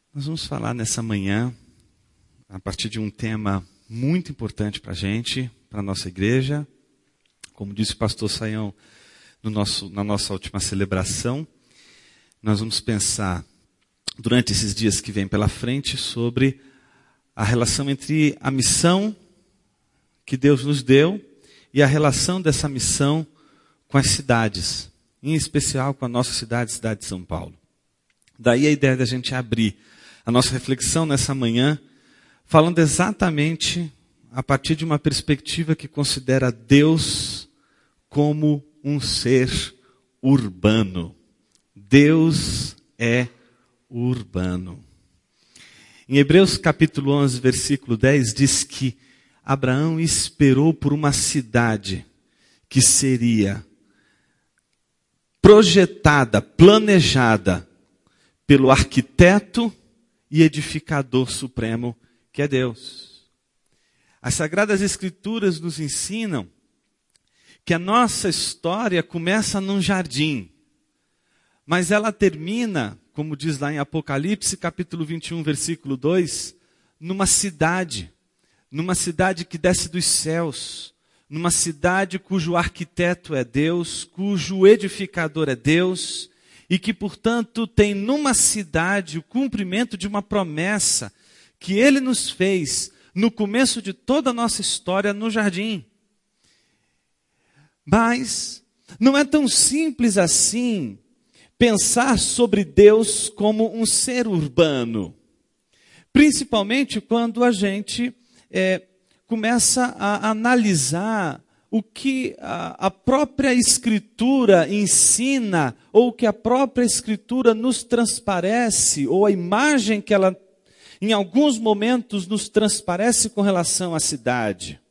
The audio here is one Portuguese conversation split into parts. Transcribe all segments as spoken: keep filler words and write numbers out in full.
Nós vamos falar nessa manhã, a partir de um tema muito importante para a gente, para a nossa igreja. Como disse o pastor Saião no nosso, na nossa última celebração, nós vamos pensar, durante esses dias que vêm pela frente, sobre a relação entre a missão que Deus nos deu e a relação dessa missão com as cidades, em especial com a nossa cidade, cidade de São Paulo. Daí a ideia da gente abrir a nossa reflexão nessa manhã, falando exatamente a partir de uma perspectiva que considera Deus como um ser urbano. Deus é urbano. Em Hebreus capítulo onze, versículo dez, diz que Abraão esperou por uma cidade que seria projetada, planejada pelo arquiteto e edificador supremo, que é Deus. As Sagradas Escrituras nos ensinam que a nossa história começa num jardim, mas ela termina, como diz lá em Apocalipse, capítulo vinte e um, versículo dois, numa cidade, numa cidade que desce dos céus, numa cidade cujo arquiteto é Deus, cujo edificador é Deus, e que, portanto, tem numa cidade o cumprimento de uma promessa que Ele nos fez no começo de toda a nossa história no jardim. Mas não é tão simples assim pensar sobre Deus como um ser urbano. Principalmente quando a gente é, começa a analisar o que a, a própria Escritura ensina, ou o que a própria Escritura nos transparece, ou a imagem que ela, em alguns momentos, nos transparece com relação à cidade.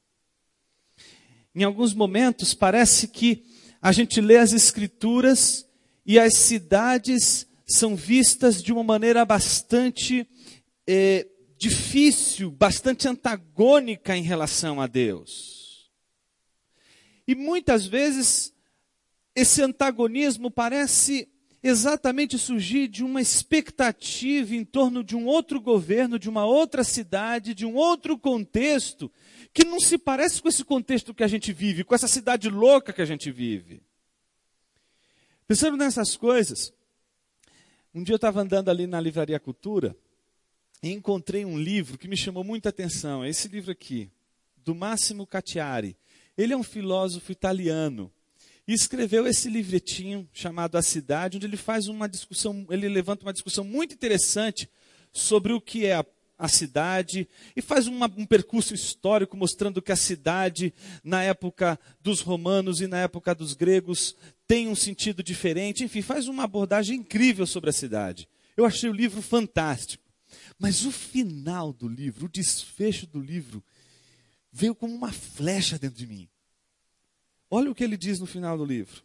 Em alguns momentos, parece que a gente lê as Escrituras e as cidades são vistas de uma maneira bastante é, difícil, bastante antagônica em relação a Deus. E muitas vezes esse antagonismo parece exatamente surgir de uma expectativa em torno de um outro governo, de uma outra cidade, de um outro contexto, que não se parece com esse contexto que a gente vive, com essa cidade louca que a gente vive. Pensando nessas coisas, um dia eu estava andando ali na Livraria Cultura e encontrei um livro que me chamou muita atenção. É esse livro aqui, do Massimo Cacciari. Ele é um filósofo italiano e escreveu esse livretinho chamado A Cidade, onde ele faz uma discussão, ele levanta uma discussão muito interessante sobre o que é a, a cidade e faz uma, um percurso histórico mostrando que a cidade, na época dos romanos e na época dos gregos, tem um sentido diferente. Enfim, faz uma abordagem incrível sobre a cidade. Eu achei o livro fantástico. Mas o final do livro, o desfecho do livro, veio como uma flecha dentro de mim. Olha o que ele diz no final do livro.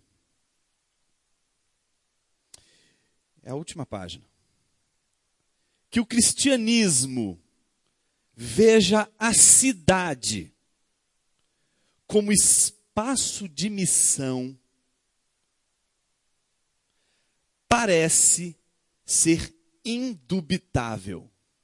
É a última página. Que o cristianismo veja a cidade como espaço de missão parece ser indubitável.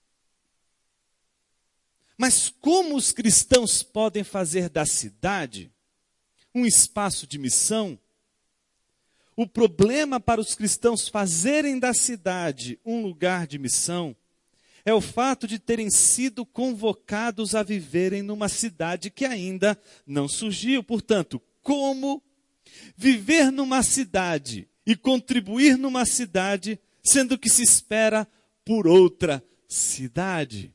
Mas como os cristãos podem fazer da cidade um espaço de missão? O problema para os cristãos fazerem da cidade um lugar de missão é o fato de terem sido convocados a viverem numa cidade que ainda não surgiu. Portanto, como viver numa cidade e contribuir numa cidade, sendo que se espera por outra cidade?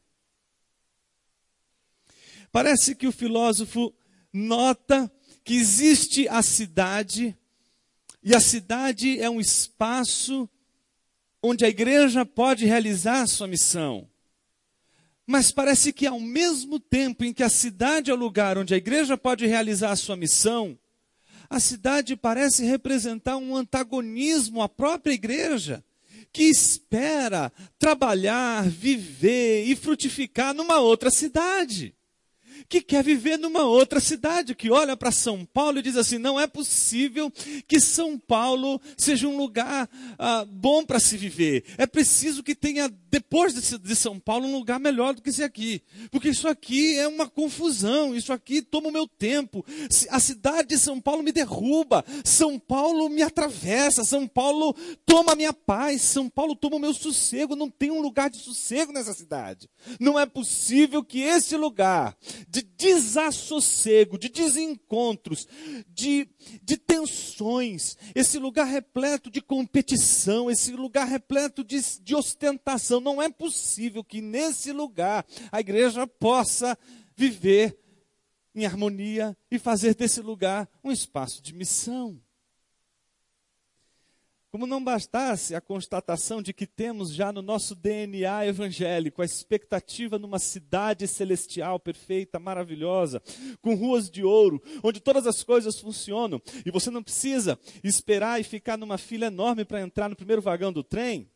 Parece que o filósofo nota que existe a cidade, e a cidade é um espaço onde a igreja pode realizar a sua missão. Mas parece que ao mesmo tempo em que a cidade é o lugar onde a igreja pode realizar a sua missão, a cidade parece representar um antagonismo à própria igreja, que espera trabalhar, viver e frutificar numa outra cidade. que quer viver numa outra cidade, que olha para São Paulo e diz assim, não é possível que São Paulo seja um lugar ah, bom para se viver. É preciso que tenha, depois de, de São Paulo, um lugar melhor do que esse aqui. Porque isso aqui é uma confusão, isso aqui toma o meu tempo. A cidade de São Paulo me derruba, São Paulo me atravessa, São Paulo toma a minha paz, São Paulo toma o meu sossego, não tem um lugar de sossego nessa cidade. Não é possível que esse lugar de desassossego, de desencontros, de, de tensões, esse lugar repleto de competição, esse lugar repleto de, de ostentação, não é possível que nesse lugar a igreja possa viver em harmonia e fazer desse lugar um espaço de missão. Como não bastasse a constatação de que temos já no nosso D N A evangélico a expectativa numa cidade celestial perfeita, maravilhosa, com ruas de ouro, onde todas as coisas funcionam, e você não precisa esperar e ficar numa fila enorme para entrar no primeiro vagão do trem,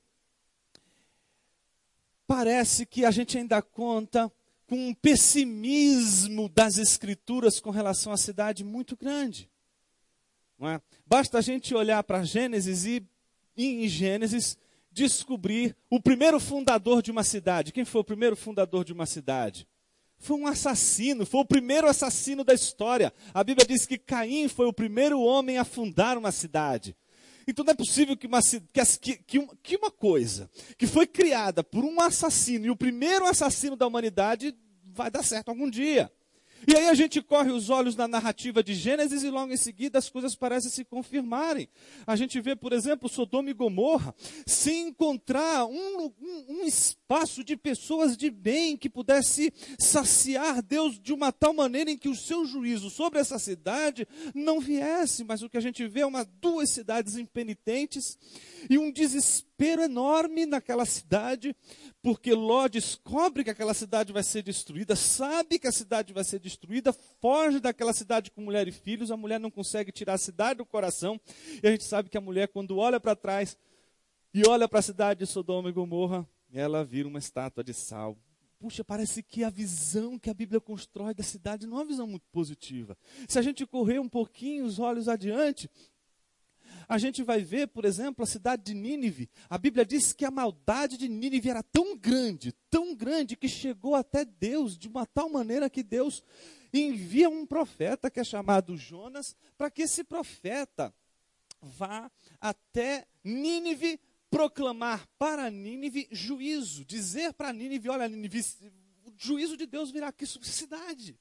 parece que a gente ainda conta com um pessimismo das Escrituras com relação à cidade muito grande. Não é? Basta a gente olhar para Gênesis e, em Gênesis, descobrir o primeiro fundador de uma cidade. Quem foi o primeiro fundador de uma cidade? Foi um assassino, foi o primeiro assassino da história. A Bíblia diz que Caim foi o primeiro homem a fundar uma cidade. Então não é possível que uma, que, que, que uma coisa que foi criada por um assassino, e o primeiro assassino da humanidade, vai dar certo algum dia. E aí a gente corre os olhos na narrativa de Gênesis e logo em seguida as coisas parecem se confirmarem. A gente vê, por exemplo, Sodoma e Gomorra, sem encontrar um, um, um espaço de pessoas de bem que pudesse saciar Deus de uma tal maneira em que o seu juízo sobre essa cidade não viesse. Mas o que a gente vê é uma, duas cidades impenitentes e um desespero enorme naquela cidade, porque Ló descobre que aquela cidade vai ser destruída, sabe que a cidade vai ser destruída, foge daquela cidade com mulher e filhos, a mulher não consegue tirar a cidade do coração, e a gente sabe que a mulher, quando olha para trás e olha para a cidade de Sodoma e Gomorra, ela vira uma estátua de sal. Puxa, parece que a visão que a Bíblia constrói da cidade não é uma visão muito positiva. Se a gente correr um pouquinho os olhos adiante, a gente vai ver, por exemplo, a cidade de Nínive. A Bíblia diz que a maldade de Nínive era tão grande, tão grande, que chegou até Deus, de uma tal maneira que Deus envia um profeta, que é chamado Jonas, para que esse profeta vá até Nínive proclamar para Nínive juízo, dizer para Nínive, olha Nínive, o juízo de Deus virá aqui sobre a cidade.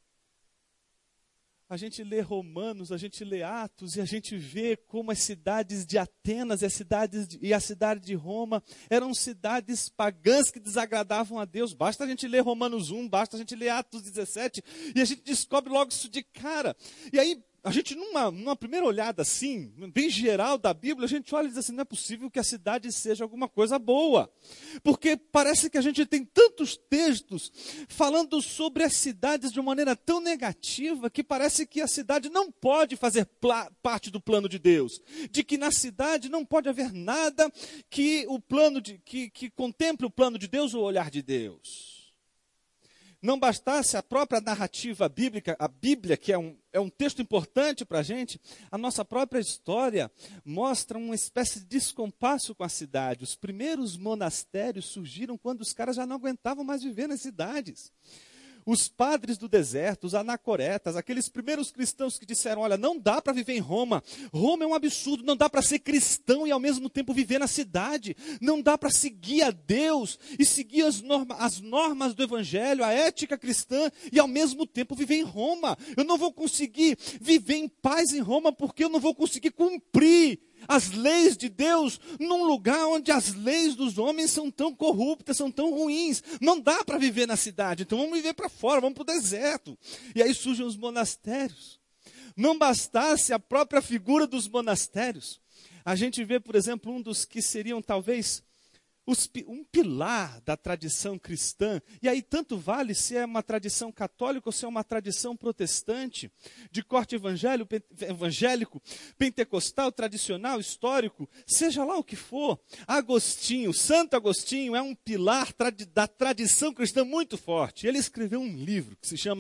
A gente lê Romanos, a gente lê Atos e a gente vê como as cidades de Atenas e, as cidades de, e a cidade de Roma eram cidades pagãs que desagradavam a Deus. Basta a gente ler Romanos um, basta a gente ler Atos dezessete e a gente descobre logo isso de cara. E aí, a gente, numa, numa primeira olhada assim, bem geral da Bíblia, a gente olha e diz assim, não é possível que a cidade seja alguma coisa boa. Porque parece que a gente tem tantos textos falando sobre as cidades de uma maneira tão negativa, que parece que a cidade não pode fazer parte do plano de Deus. De que na cidade não pode haver nada que, o plano de, que, que contemple o plano de Deus ou o olhar de Deus. Não bastasse a própria narrativa bíblica, a Bíblia, que é um, é um texto importante para a gente, a nossa própria história mostra uma espécie de descompasso com a cidade. Os primeiros monastérios surgiram quando os caras já não aguentavam mais viver nas cidades. Os padres do deserto, os anacoretas, aqueles primeiros cristãos que disseram, olha, não dá para viver em Roma. Roma é um absurdo, não dá para ser cristão e ao mesmo tempo viver na cidade. Não dá para seguir a Deus e seguir as, norma, as normas do evangelho, a ética cristã e ao mesmo tempo viver em Roma. Eu não vou conseguir viver em paz em Roma porque eu não vou conseguir cumprir as leis de Deus num lugar onde as leis dos homens são tão corruptas, são tão ruins. Não dá para viver na cidade, então vamos viver para fora, vamos para o deserto. E aí surgem os monastérios. Não bastasse a própria figura dos monastérios, a gente vê, por exemplo, um dos que seriam talvez os, um pilar da tradição cristã, e aí tanto vale se é uma tradição católica ou se é uma tradição protestante, de corte evangélico, evangélico, pentecostal, tradicional, histórico, seja lá o que for. Agostinho, Santo Agostinho, é um pilar trad- da tradição cristã muito forte. Ele escreveu um livro que se chama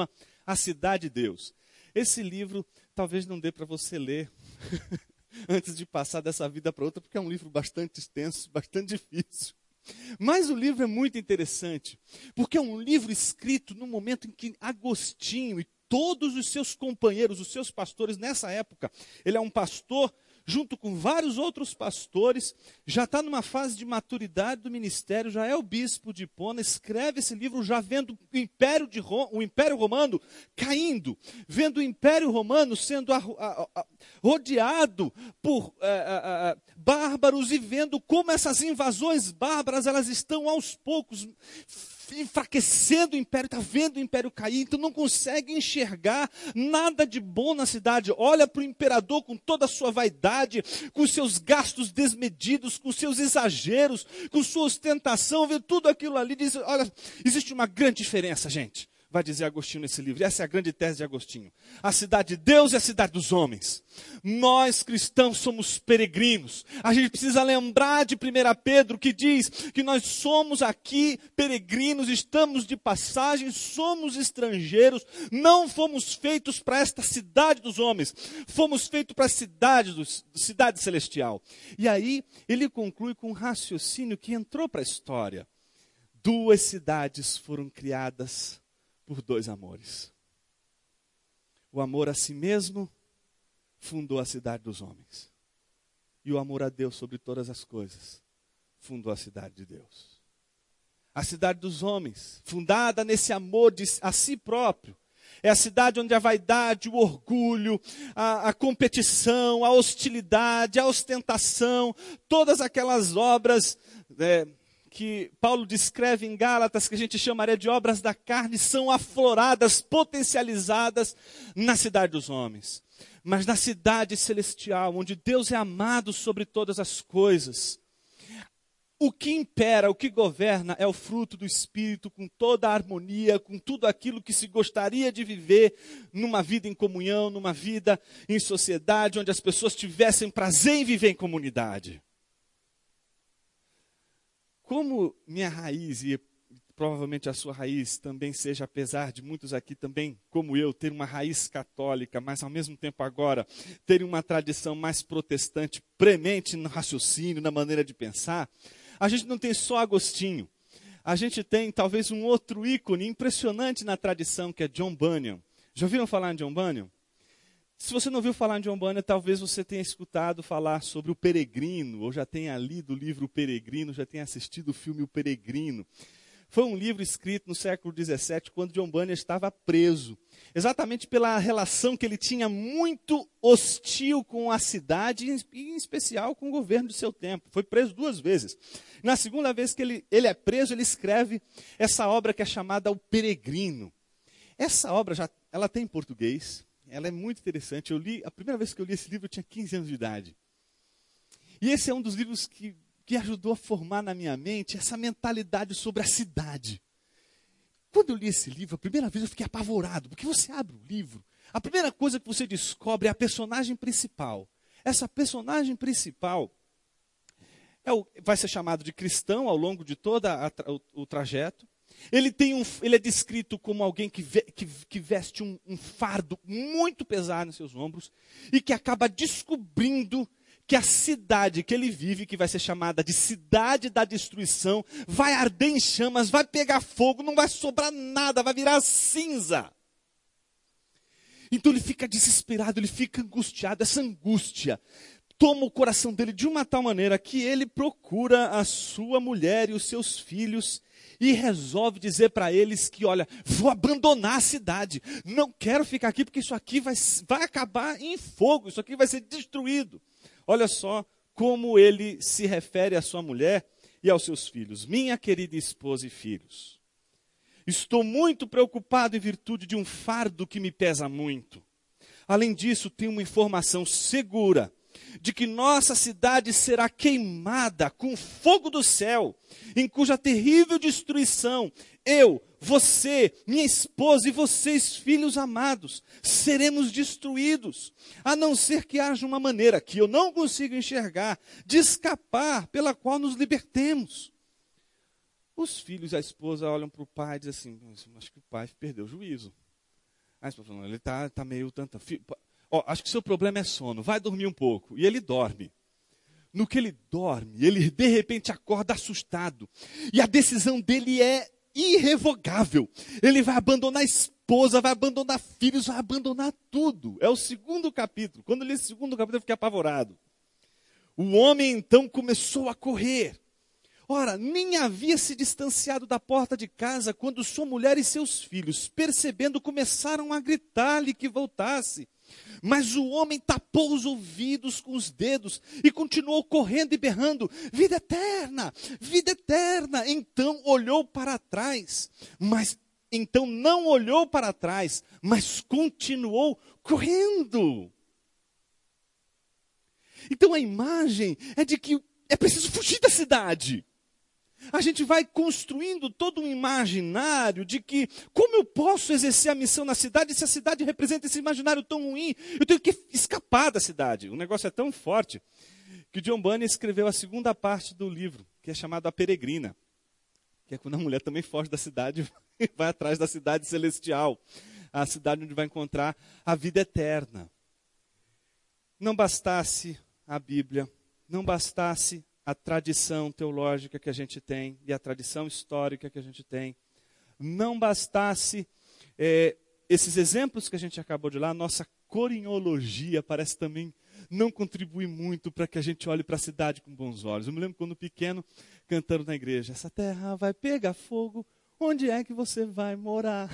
A Cidade de Deus. Esse livro talvez não dê para você ler antes de passar dessa vida para outra, porque é um livro bastante extenso, bastante difícil. Mas o livro é muito interessante, porque é um livro escrito no momento em que Agostinho e todos os seus companheiros, os seus pastores, nessa época, ele é um pastor, junto com vários outros pastores, já está numa fase de maturidade do ministério, já é o bispo de Hipona, escreve esse livro já vendo o Império, de Rom, o Império Romano caindo, vendo o Império Romano sendo a, a, a, rodeado por a, a, a, bárbaros e vendo como essas invasões bárbaras elas estão aos poucos enfraquecendo o império, está vendo o império cair, então não consegue enxergar nada de bom na cidade. Olha para o imperador com toda a sua vaidade, com seus gastos desmedidos, com seus exageros, com sua ostentação, vê tudo aquilo ali, diz, olha, existe uma grande diferença, gente, vai dizer Agostinho nesse livro, essa é a grande tese de Agostinho. A cidade de Deus é a cidade dos homens. Nós cristãos somos peregrinos. A gente precisa lembrar de primeira Pedro que diz que nós somos aqui peregrinos, estamos de passagem, somos estrangeiros, não fomos feitos para esta cidade dos homens, fomos feitos para a cidade, dos, cidade celestial. E aí ele conclui com um raciocínio que entrou para a história. Duas cidades foram criadas por dois amores. O amor a si mesmo fundou a cidade dos homens. E o amor a Deus sobre todas as coisas fundou a cidade de Deus. A cidade dos homens, fundada nesse amor de, a si próprio, é a cidade onde a vaidade, o orgulho, a, a competição, a hostilidade, a ostentação, todas aquelas obras é, que Paulo descreve em Gálatas, que a gente chamaria de obras da carne, são afloradas, potencializadas na cidade dos homens. Mas na cidade celestial, onde Deus é amado sobre todas as coisas, o que impera, o que governa é o fruto do Espírito, com toda a harmonia, com tudo aquilo que se gostaria de viver numa vida em comunhão, numa vida em sociedade, onde as pessoas tivessem prazer em viver em comunidade. Como minha raiz, e provavelmente a sua raiz também seja, apesar de muitos aqui também, como eu, ter uma raiz católica, mas ao mesmo tempo agora terem uma tradição mais protestante, premente no raciocínio, na maneira de pensar, a gente não tem só Agostinho. A gente tem talvez um outro ícone impressionante na tradição, que é John Bunyan. Já ouviram falar em John Bunyan? Se você não ouviu falar em John Bunyan, talvez você tenha escutado falar sobre O Peregrino, ou já tenha lido o livro O Peregrino, já tenha assistido o filme O Peregrino. Foi um livro escrito no século dezessete, quando John Bunyan estava preso. Exatamente pela relação que ele tinha muito hostil com a cidade, e em especial com o governo de seu tempo. Foi preso duas vezes. Na segunda vez que ele, ele é preso, ele escreve essa obra que é chamada O Peregrino. Essa obra, já, ela tem em português. Ela é muito interessante. Eu li, a primeira vez que eu li esse livro, eu tinha quinze anos de idade. E esse é um dos livros que, que ajudou a formar na minha mente essa mentalidade sobre a cidade. Quando eu li esse livro, a primeira vez eu fiquei apavorado, porque você abre o livro, a primeira coisa que você descobre é a personagem principal. Essa personagem principal é o, vai ser chamado de cristão ao longo de todo a, o, o trajeto. Ele, tem um, ele é descrito como alguém que, ve, que, que veste um, um fardo muito pesado nos seus ombros e que acaba descobrindo que a cidade que ele vive, que vai ser chamada de cidade da destruição, vai arder em chamas, vai pegar fogo, não vai sobrar nada, vai virar cinza. Então ele fica desesperado, ele fica angustiado, essa angústia toma o coração dele de uma tal maneira que ele procura a sua mulher e os seus filhos e resolve dizer para eles que, olha, vou abandonar a cidade, não quero ficar aqui porque isso aqui vai, vai acabar em fogo, isso aqui vai ser destruído. Olha só como ele se refere à sua mulher e aos seus filhos. Minha querida esposa e filhos, estou muito preocupado em virtude de um fardo que me pesa muito. Além disso, tenho uma informação segura de que nossa cidade será queimada com fogo do céu, em cuja terrível destruição eu, você, minha esposa e vocês, filhos amados, seremos destruídos, a não ser que haja uma maneira que eu não consigo enxergar de escapar, pela qual nos libertemos. Os filhos e a esposa olham para o pai e dizem assim, acho que o pai perdeu o juízo. Aí você fala, ele está tá meio tanta... Ó, acho que o seu problema é sono, vai dormir um pouco. E ele dorme. No que ele dorme, ele de repente acorda assustado. E a decisão dele é irrevogável. Ele vai abandonar a esposa, vai abandonar filhos, vai abandonar tudo. É o segundo capítulo. Quando eu li esse segundo capítulo, eu fiquei apavorado. O homem então começou a correr. Ora, nem havia se distanciado da porta de casa quando sua mulher e seus filhos, percebendo, começaram a gritar-lhe que voltasse. Mas o homem tapou os ouvidos com os dedos e continuou correndo e berrando, vida eterna, vida eterna. Então olhou para trás, mas então não olhou para trás, mas continuou correndo. Então a imagem é de que é preciso fugir da cidade. A gente vai construindo todo um imaginário de que, como eu posso exercer a missão na cidade se a cidade representa esse imaginário tão ruim? Eu tenho que escapar da cidade. O negócio é tão forte que o John Bunyan escreveu a segunda parte do livro, que é chamado A Peregrina, que é quando a mulher também foge da cidade e vai atrás da cidade celestial, a cidade onde vai encontrar a vida eterna. Não bastasse a Bíblia, não bastasse a tradição teológica que a gente tem e a tradição histórica que a gente tem, não bastasse é, esses exemplos que a gente acabou de ler, a nossa corinhologia parece também não contribuir muito para que a gente olhe para a cidade com bons olhos. Eu me lembro quando pequeno, cantando na igreja, essa terra vai pegar fogo, onde é que você vai morar?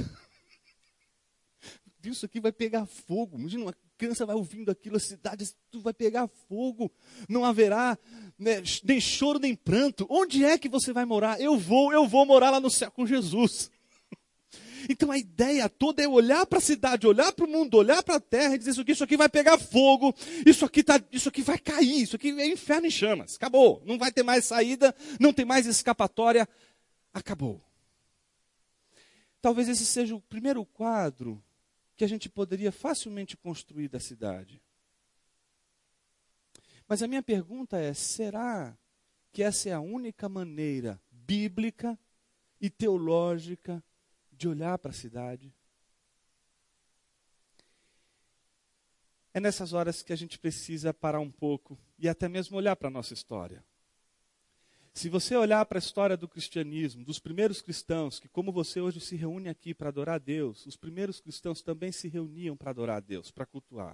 Isso aqui vai pegar fogo. Imagina, uma criança vai ouvindo aquilo, a cidade, tudo vai pegar fogo. Não haverá né, nem choro, nem pranto. Onde é que você vai morar? Eu vou, eu vou morar lá no céu com Jesus. Então a ideia toda é olhar para a cidade, olhar para o mundo, olhar para a terra e dizer isso aqui, isso aqui vai pegar fogo, isso aqui, tá, isso aqui vai cair, isso aqui é inferno em chamas. Acabou, não vai ter mais saída, não tem mais escapatória, acabou. Talvez esse seja o primeiro quadro que a gente poderia facilmente construir da cidade. Mas a minha pergunta é, será que essa é a única maneira bíblica e teológica de olhar para a cidade? É nessas horas que a gente precisa parar um pouco e até mesmo olhar para a nossa história. Se você olhar para a história do cristianismo, dos primeiros cristãos, que como você hoje se reúne aqui para adorar a Deus, os primeiros cristãos também se reuniam para adorar a Deus, para cultuar.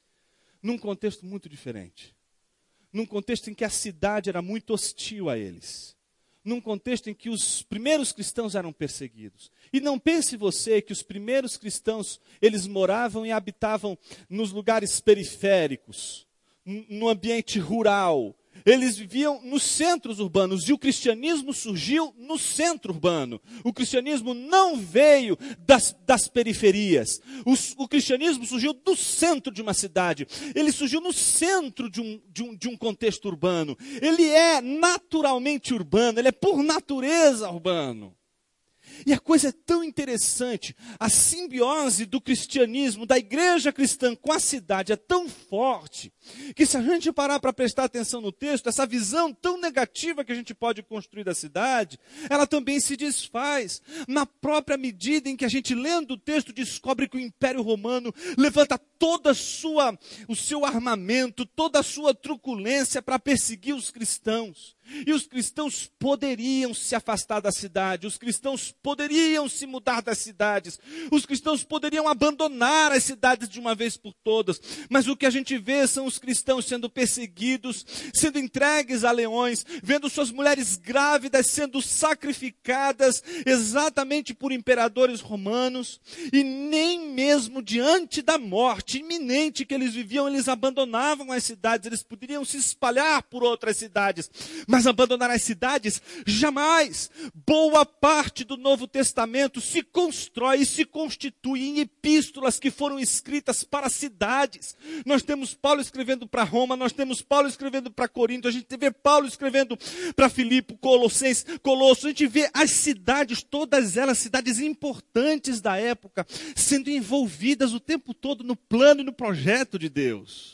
Num contexto muito diferente. Num contexto em que a cidade era muito hostil a eles. Num contexto em que os primeiros cristãos eram perseguidos. E não pense você que os primeiros cristãos, eles moravam e habitavam nos lugares periféricos, no ambiente rural. Eles viviam nos centros urbanos e o cristianismo surgiu no centro urbano. O cristianismo não veio das, das periferias. O, o cristianismo surgiu do centro de uma cidade. Ele surgiu no centro de um, de, um, de um contexto urbano. Ele é naturalmente urbano, ele é por natureza urbano. E a coisa é tão interessante, a simbiose do cristianismo, da igreja cristã com a cidade é tão forte, que se a gente parar para prestar atenção no texto, essa visão tão negativa que a gente pode construir da cidade, ela também se desfaz, na própria medida em que a gente lendo o texto descobre que o Império Romano levanta toda a sua, o seu armamento, toda a sua truculência para perseguir os cristãos. E os cristãos poderiam se afastar da cidade, os cristãos poderiam se mudar das cidades, os cristãos poderiam abandonar as cidades de uma vez por todas, mas o que a gente vê são os cristãos sendo perseguidos, sendo entregues a leões, vendo suas mulheres grávidas sendo sacrificadas exatamente por imperadores romanos, e nem mesmo diante da morte iminente que eles viviam, eles abandonavam as cidades, eles poderiam se espalhar por outras cidades, mas abandonar as cidades, jamais. Boa parte do Novo Testamento se constrói e se constitui em epístolas que foram escritas para cidades. Nós temos Paulo escrevendo para Roma, nós temos Paulo escrevendo para Corinto, a gente vê Paulo escrevendo para Filipe, Colossenses, Colosso, a gente vê as cidades, todas elas cidades importantes da época, sendo envolvidas o tempo todo no plano e no projeto de Deus.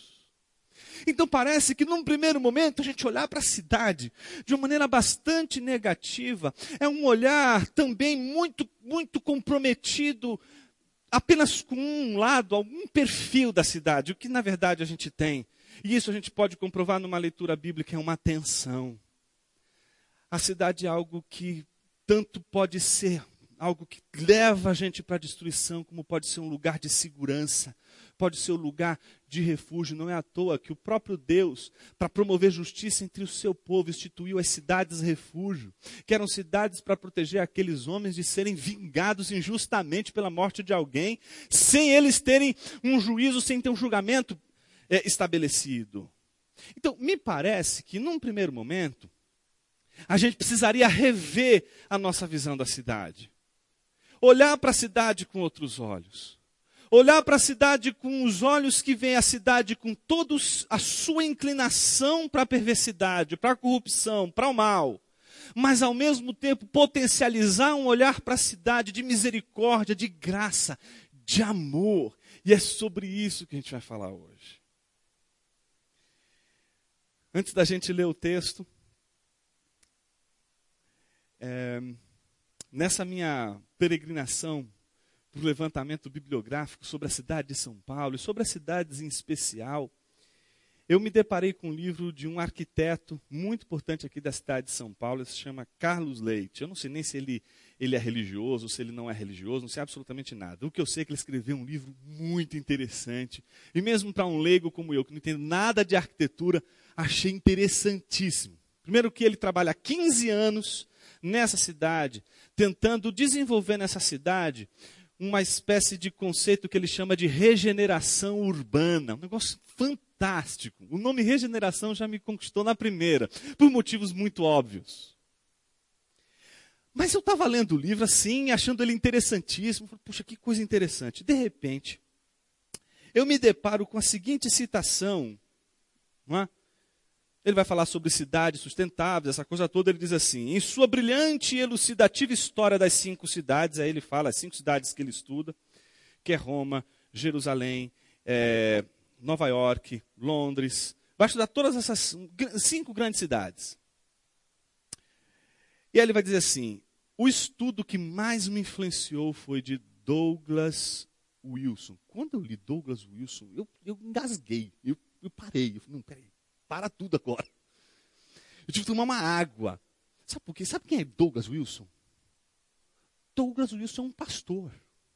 Então parece que num primeiro momento a gente olhar para a cidade de uma maneira bastante negativa é um olhar também muito, muito comprometido apenas com um lado, algum perfil da cidade. O que na verdade a gente tem, e isso a gente pode comprovar numa leitura bíblica, é uma tensão. A cidade é algo que tanto pode ser algo que leva a gente para a destruição, como pode ser um lugar de segurança, pode ser um lugar de refúgio. Não é à toa que o próprio Deus, para promover justiça entre o seu povo, instituiu as cidades refúgio, que eram cidades para proteger aqueles homens de serem vingados injustamente pela morte de alguém, sem eles terem um juízo, sem ter um julgamento é, estabelecido. Então, me parece que num primeiro momento, a gente precisaria rever a nossa visão da cidade. Olhar para a cidade com outros olhos. Olhar para a cidade com os olhos que veem a cidade com toda a sua inclinação para a perversidade, para a corrupção, para o mal. Mas ao mesmo tempo potencializar um olhar para a cidade de misericórdia, de graça, de amor. E é sobre isso que a gente vai falar hoje. Antes da gente ler o texto, é, nessa minha peregrinação para o levantamento bibliográfico sobre a cidade de São Paulo e sobre as cidades em especial, eu me deparei com um livro de um arquiteto muito importante aqui da cidade de São Paulo, ele se chama Carlos Leite. Eu não sei nem se ele, ele é religioso, se ele não é religioso, não sei absolutamente nada. O que eu sei é que ele escreveu um livro muito interessante, e mesmo para um leigo como eu, que não entendo nada de arquitetura, achei interessantíssimo. Primeiro que ele trabalha há quinze anos nessa cidade, tentando desenvolver nessa cidade uma espécie de conceito que ele chama de regeneração urbana. Um negócio fantástico. O nome regeneração já me conquistou na primeira, por motivos muito óbvios. Mas eu estava lendo o livro assim, achando ele interessantíssimo. Falei, puxa, que coisa interessante. De repente, eu me deparo com a seguinte citação, não é? Ele vai falar sobre cidades sustentáveis, essa coisa toda. Ele diz assim: em sua brilhante e elucidativa história das cinco cidades, aí ele fala as cinco cidades que ele estuda, que é Roma, Jerusalém, é, Nova York, Londres. Vai estudar todas essas cinco grandes cidades. E aí ele vai dizer assim: o estudo que mais me influenciou foi de Douglas Wilson. Quando eu li Douglas Wilson, eu, eu engasguei, eu, eu parei, eu falei, não, peraí. Para tudo agora. Eu tive que tomar uma água. Sabe por quê? Sabe quem é Douglas Wilson? Douglas Wilson é um pastor.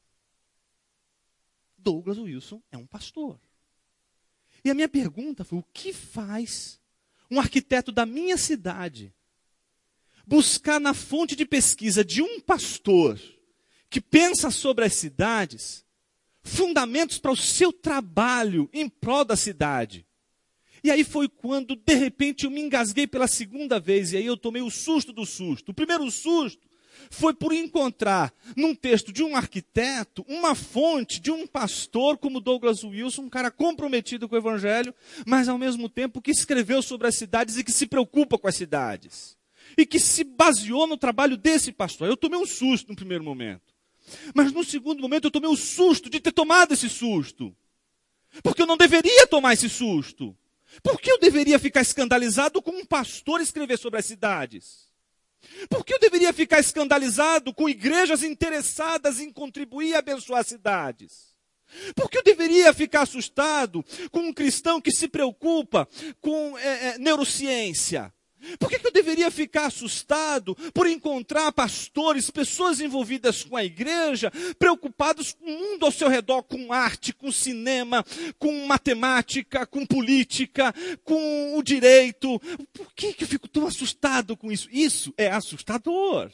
Douglas Wilson é um pastor. E a minha pergunta foi, o que faz um arquiteto da minha cidade buscar na fonte de pesquisa de um pastor que pensa sobre as cidades, fundamentos para o seu trabalho em prol da cidade? E aí foi quando, de repente, eu me engasguei pela segunda vez, e aí eu tomei o susto do susto. O primeiro susto foi por encontrar, num texto de um arquiteto, uma fonte de um pastor como Douglas Wilson, um cara comprometido com o evangelho, mas ao mesmo tempo que escreveu sobre as cidades e que se preocupa com as cidades. E que se baseou no trabalho desse pastor. Eu tomei um susto no primeiro momento. Mas no segundo momento eu tomei o susto de ter tomado esse susto. Porque eu não deveria tomar esse susto. Por que eu deveria ficar escandalizado com um pastor escrever sobre as cidades? Por que eu deveria ficar escandalizado com igrejas interessadas em contribuir e abençoar as cidades? Por que eu deveria ficar assustado com um cristão que se preocupa com é, é, neurociência? Por que eu deveria ficar assustado por encontrar pastores, pessoas envolvidas com a igreja, preocupados com o mundo ao seu redor, com arte, com cinema, com matemática, com política, com o direito? Por que eu fico tão assustado com isso? Isso é assustador.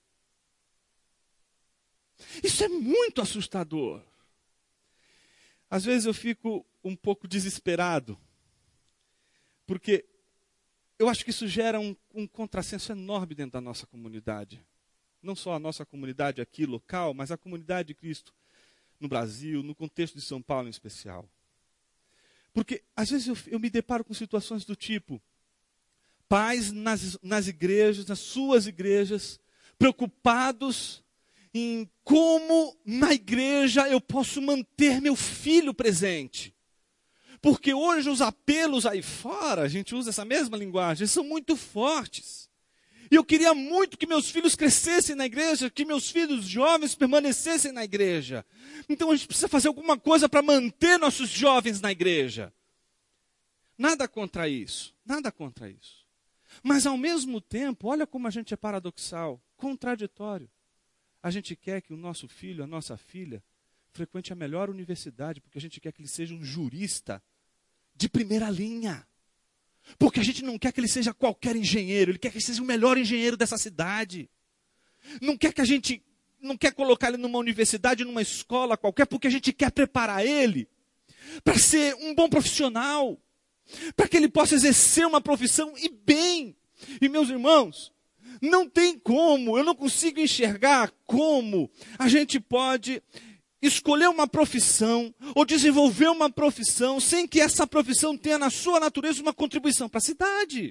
Isso é muito assustador. Às vezes eu fico um pouco desesperado, porque eu acho que isso gera um, um contrassenso enorme dentro da nossa comunidade. Não só a nossa comunidade aqui, local, mas a comunidade de Cristo no Brasil, no contexto de São Paulo em especial. Porque, às vezes, eu, eu me deparo com situações do tipo, pais nas, nas igrejas, nas suas igrejas, preocupados em como na igreja eu posso manter meu filho presente. Porque hoje os apelos aí fora, a gente usa essa mesma linguagem, são muito fortes. E eu queria muito que meus filhos crescessem na igreja, que meus filhos jovens permanecessem na igreja. Então a gente precisa fazer alguma coisa para manter nossos jovens na igreja. Nada contra isso, nada contra isso. Mas ao mesmo tempo, olha como a gente é paradoxal, contraditório. A gente quer que o nosso filho, a nossa filha, frequente a melhor universidade, porque a gente quer que ele seja um jurista de primeira linha. Porque a gente não quer que ele seja qualquer engenheiro, ele quer que ele seja o melhor engenheiro dessa cidade. Não quer que a gente, não quer colocar ele numa universidade, numa escola qualquer, porque a gente quer preparar ele para ser um bom profissional, para que ele possa exercer uma profissão e bem. E meus irmãos, não tem como, eu não consigo enxergar como a gente pode escolher uma profissão ou desenvolver uma profissão sem que essa profissão tenha na sua natureza uma contribuição para a cidade.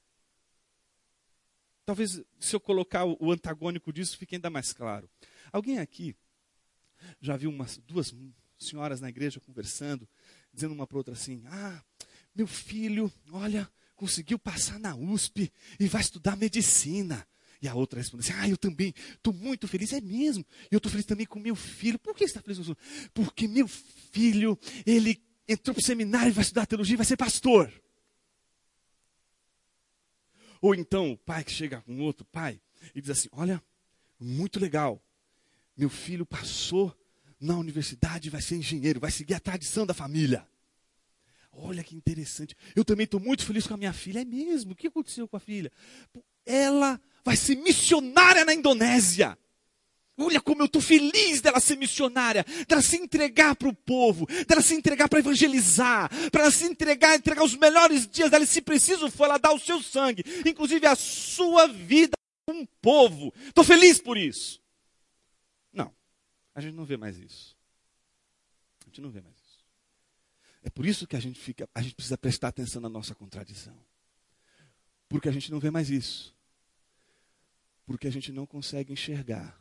Talvez se eu colocar o antagônico disso fique ainda mais claro. Alguém aqui já viu umas duas senhoras na igreja conversando, dizendo uma para outra assim: ah, meu filho, olha, conseguiu passar na U S P e vai estudar medicina. E a outra responde assim: ah, eu também estou muito feliz. É mesmo, e eu estou feliz também com meu filho. Por que você está feliz com o seu filho? Porque meu filho, ele entrou para o seminário, vai estudar teologia e vai ser pastor. Ou então o pai que chega com outro pai e diz assim: olha, muito legal, meu filho passou na universidade e vai ser engenheiro, vai seguir a tradição da família. Olha que interessante, eu também estou muito feliz com a minha filha. É mesmo, o que aconteceu com a filha? Ela vai ser missionária na Indonésia. Olha como eu estou feliz dela ser missionária, dela se entregar para o povo, dela se entregar para evangelizar, para ela se entregar, entregar os melhores dias dela, e se preciso for, ela dar o seu sangue, inclusive a sua vida com o povo. Estou feliz por isso. Não, a gente não vê mais isso. A gente não vê mais isso. É por isso que a gente, fica, a gente precisa prestar atenção na nossa contradição. Porque a gente não vê mais isso. Porque a gente não consegue enxergar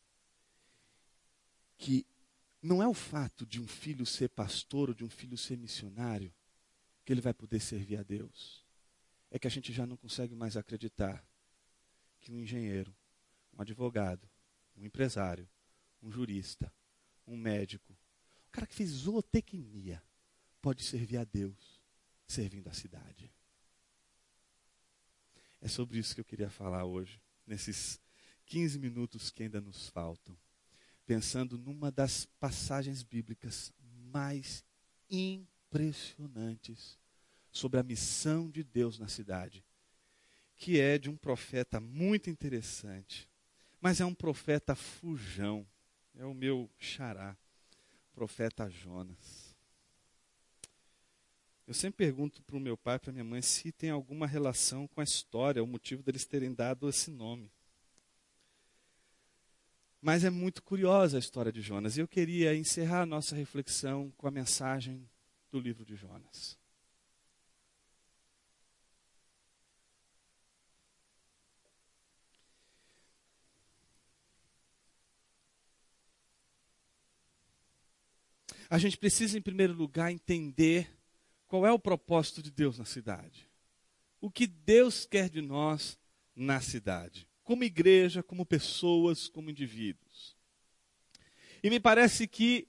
que não é o fato de um filho ser pastor ou de um filho ser missionário que ele vai poder servir a Deus. É que a gente já não consegue mais acreditar que um engenheiro, um advogado, um empresário, um jurista, um médico, um cara que fez zootecnia, pode servir a Deus servindo a cidade. É sobre isso que eu queria falar hoje, nesses quinze minutos que ainda nos faltam, pensando numa das passagens bíblicas mais impressionantes sobre a missão de Deus na cidade, que é de um profeta muito interessante, mas é um profeta fujão, é o meu xará, profeta Jonas. Eu sempre pergunto para o meu pai e para a minha mãe se tem alguma relação com a história, o motivo deles terem dado esse nome. Mas é muito curiosa a história de Jonas. E eu queria encerrar a nossa reflexão com a mensagem do livro de Jonas. A gente precisa, em primeiro lugar, entender qual é o propósito de Deus na cidade. O que Deus quer de nós na cidade. Como igreja, como pessoas, como indivíduos. E me parece que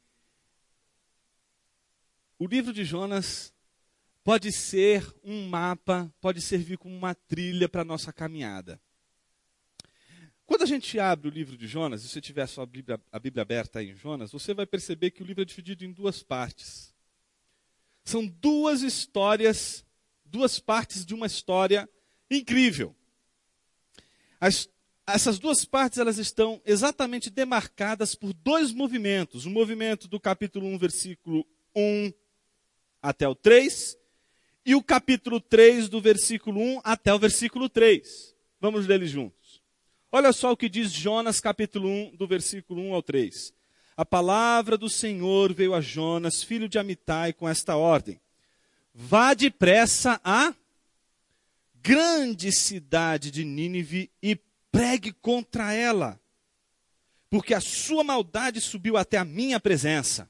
o livro de Jonas pode ser um mapa, pode servir como uma trilha para a nossa caminhada. Quando a gente abre o livro de Jonas, se você tiver a sua Bíblia, a Bíblia aberta aí em Jonas, você vai perceber que o livro é dividido em duas partes. São duas histórias, duas partes de uma história incrível. As, essas duas partes elas estão exatamente demarcadas por dois movimentos. O movimento do capítulo um, versículo um até o três, e o capítulo três, do versículo um até o versículo três. Vamos ler eles juntos. Olha só o que diz Jonas, capítulo um, do versículo um ao três. A palavra do Senhor veio a Jonas, filho de Amitai, com esta ordem: vá depressa à grande cidade de Nínive e pregue contra ela, porque a sua maldade subiu até a minha presença.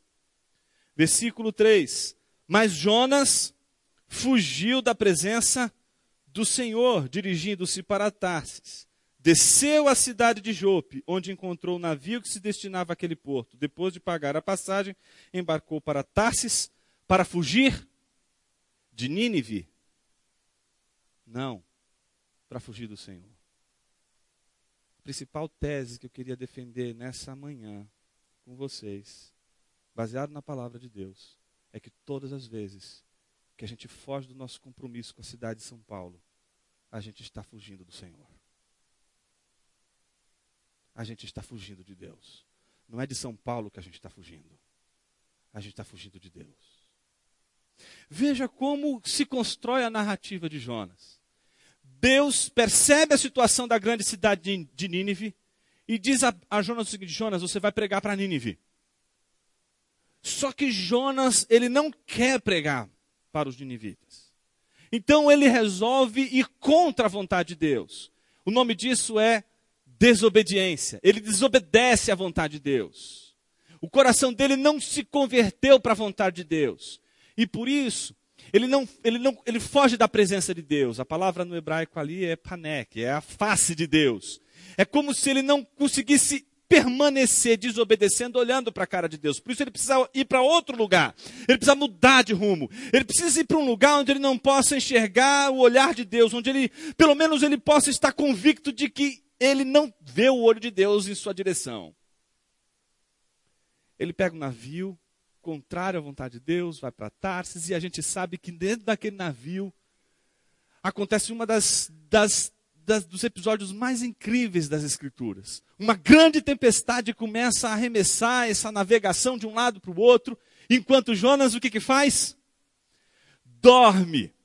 Versículo três. Mas Jonas fugiu da presença do Senhor, dirigindo-se para Tarsis, desceu à cidade de Jope, onde encontrou o navio que se destinava àquele porto. Depois de pagar a passagem, embarcou para Tarsis para fugir de Nínive. Não, para fugir do Senhor. A principal tese que eu queria defender nessa manhã com vocês, baseado na palavra de Deus, é que todas as vezes que a gente foge do nosso compromisso com a cidade de São Paulo, a gente está fugindo do Senhor. A gente está fugindo de Deus. Não é de São Paulo que a gente está fugindo. A gente está fugindo de Deus. Veja como se constrói a narrativa de Jonas. Deus percebe a situação da grande cidade de Nínive e diz a, a Jonas o seguinte: Jonas, você vai pregar para Nínive. Só que Jonas, ele não quer pregar para os ninivitas. Então ele resolve ir contra a vontade de Deus. O nome disso é desobediência. Ele desobedece à vontade de Deus. O coração dele não se converteu para a vontade de Deus. E por isso, ele, não, ele, não, ele foge da presença de Deus. A palavra no hebraico ali é panek, é a face de Deus. É como se ele não conseguisse permanecer desobedecendo, olhando para a cara de Deus. Por isso ele precisa ir para outro lugar. Ele precisa mudar de rumo. Ele precisa ir para um lugar onde ele não possa enxergar o olhar de Deus. Onde ele, pelo menos ele possa estar convicto de que ele não vê o olho de Deus em sua direção. Ele pega um navio, contrário à vontade de Deus, vai para Tarsis, e a gente sabe que dentro daquele navio acontece uma das, das, das, dos episódios mais incríveis das Escrituras. Uma grande tempestade começa a arremessar essa navegação de um lado para o outro, enquanto Jonas o que que faz? Dorme.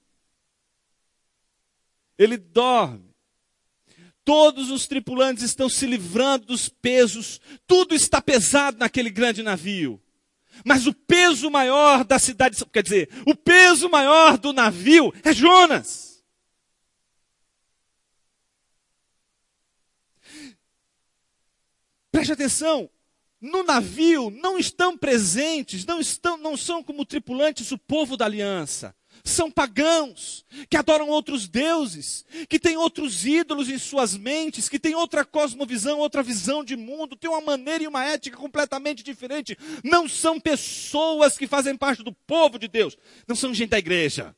Ele dorme. Todos os tripulantes estão se livrando dos pesos, tudo está pesado naquele grande navio. Mas o peso maior da cidade, quer dizer, o peso maior do navio é Jonas. Preste atenção, no navio não estão presentes, não, estão, não são como tripulantes o povo da aliança. São pagãos, que adoram outros deuses, que têm outros ídolos em suas mentes, que têm outra cosmovisão, outra visão de mundo, têm uma maneira e uma ética completamente diferente. Não são pessoas que fazem parte do povo de Deus, não são gente da igreja.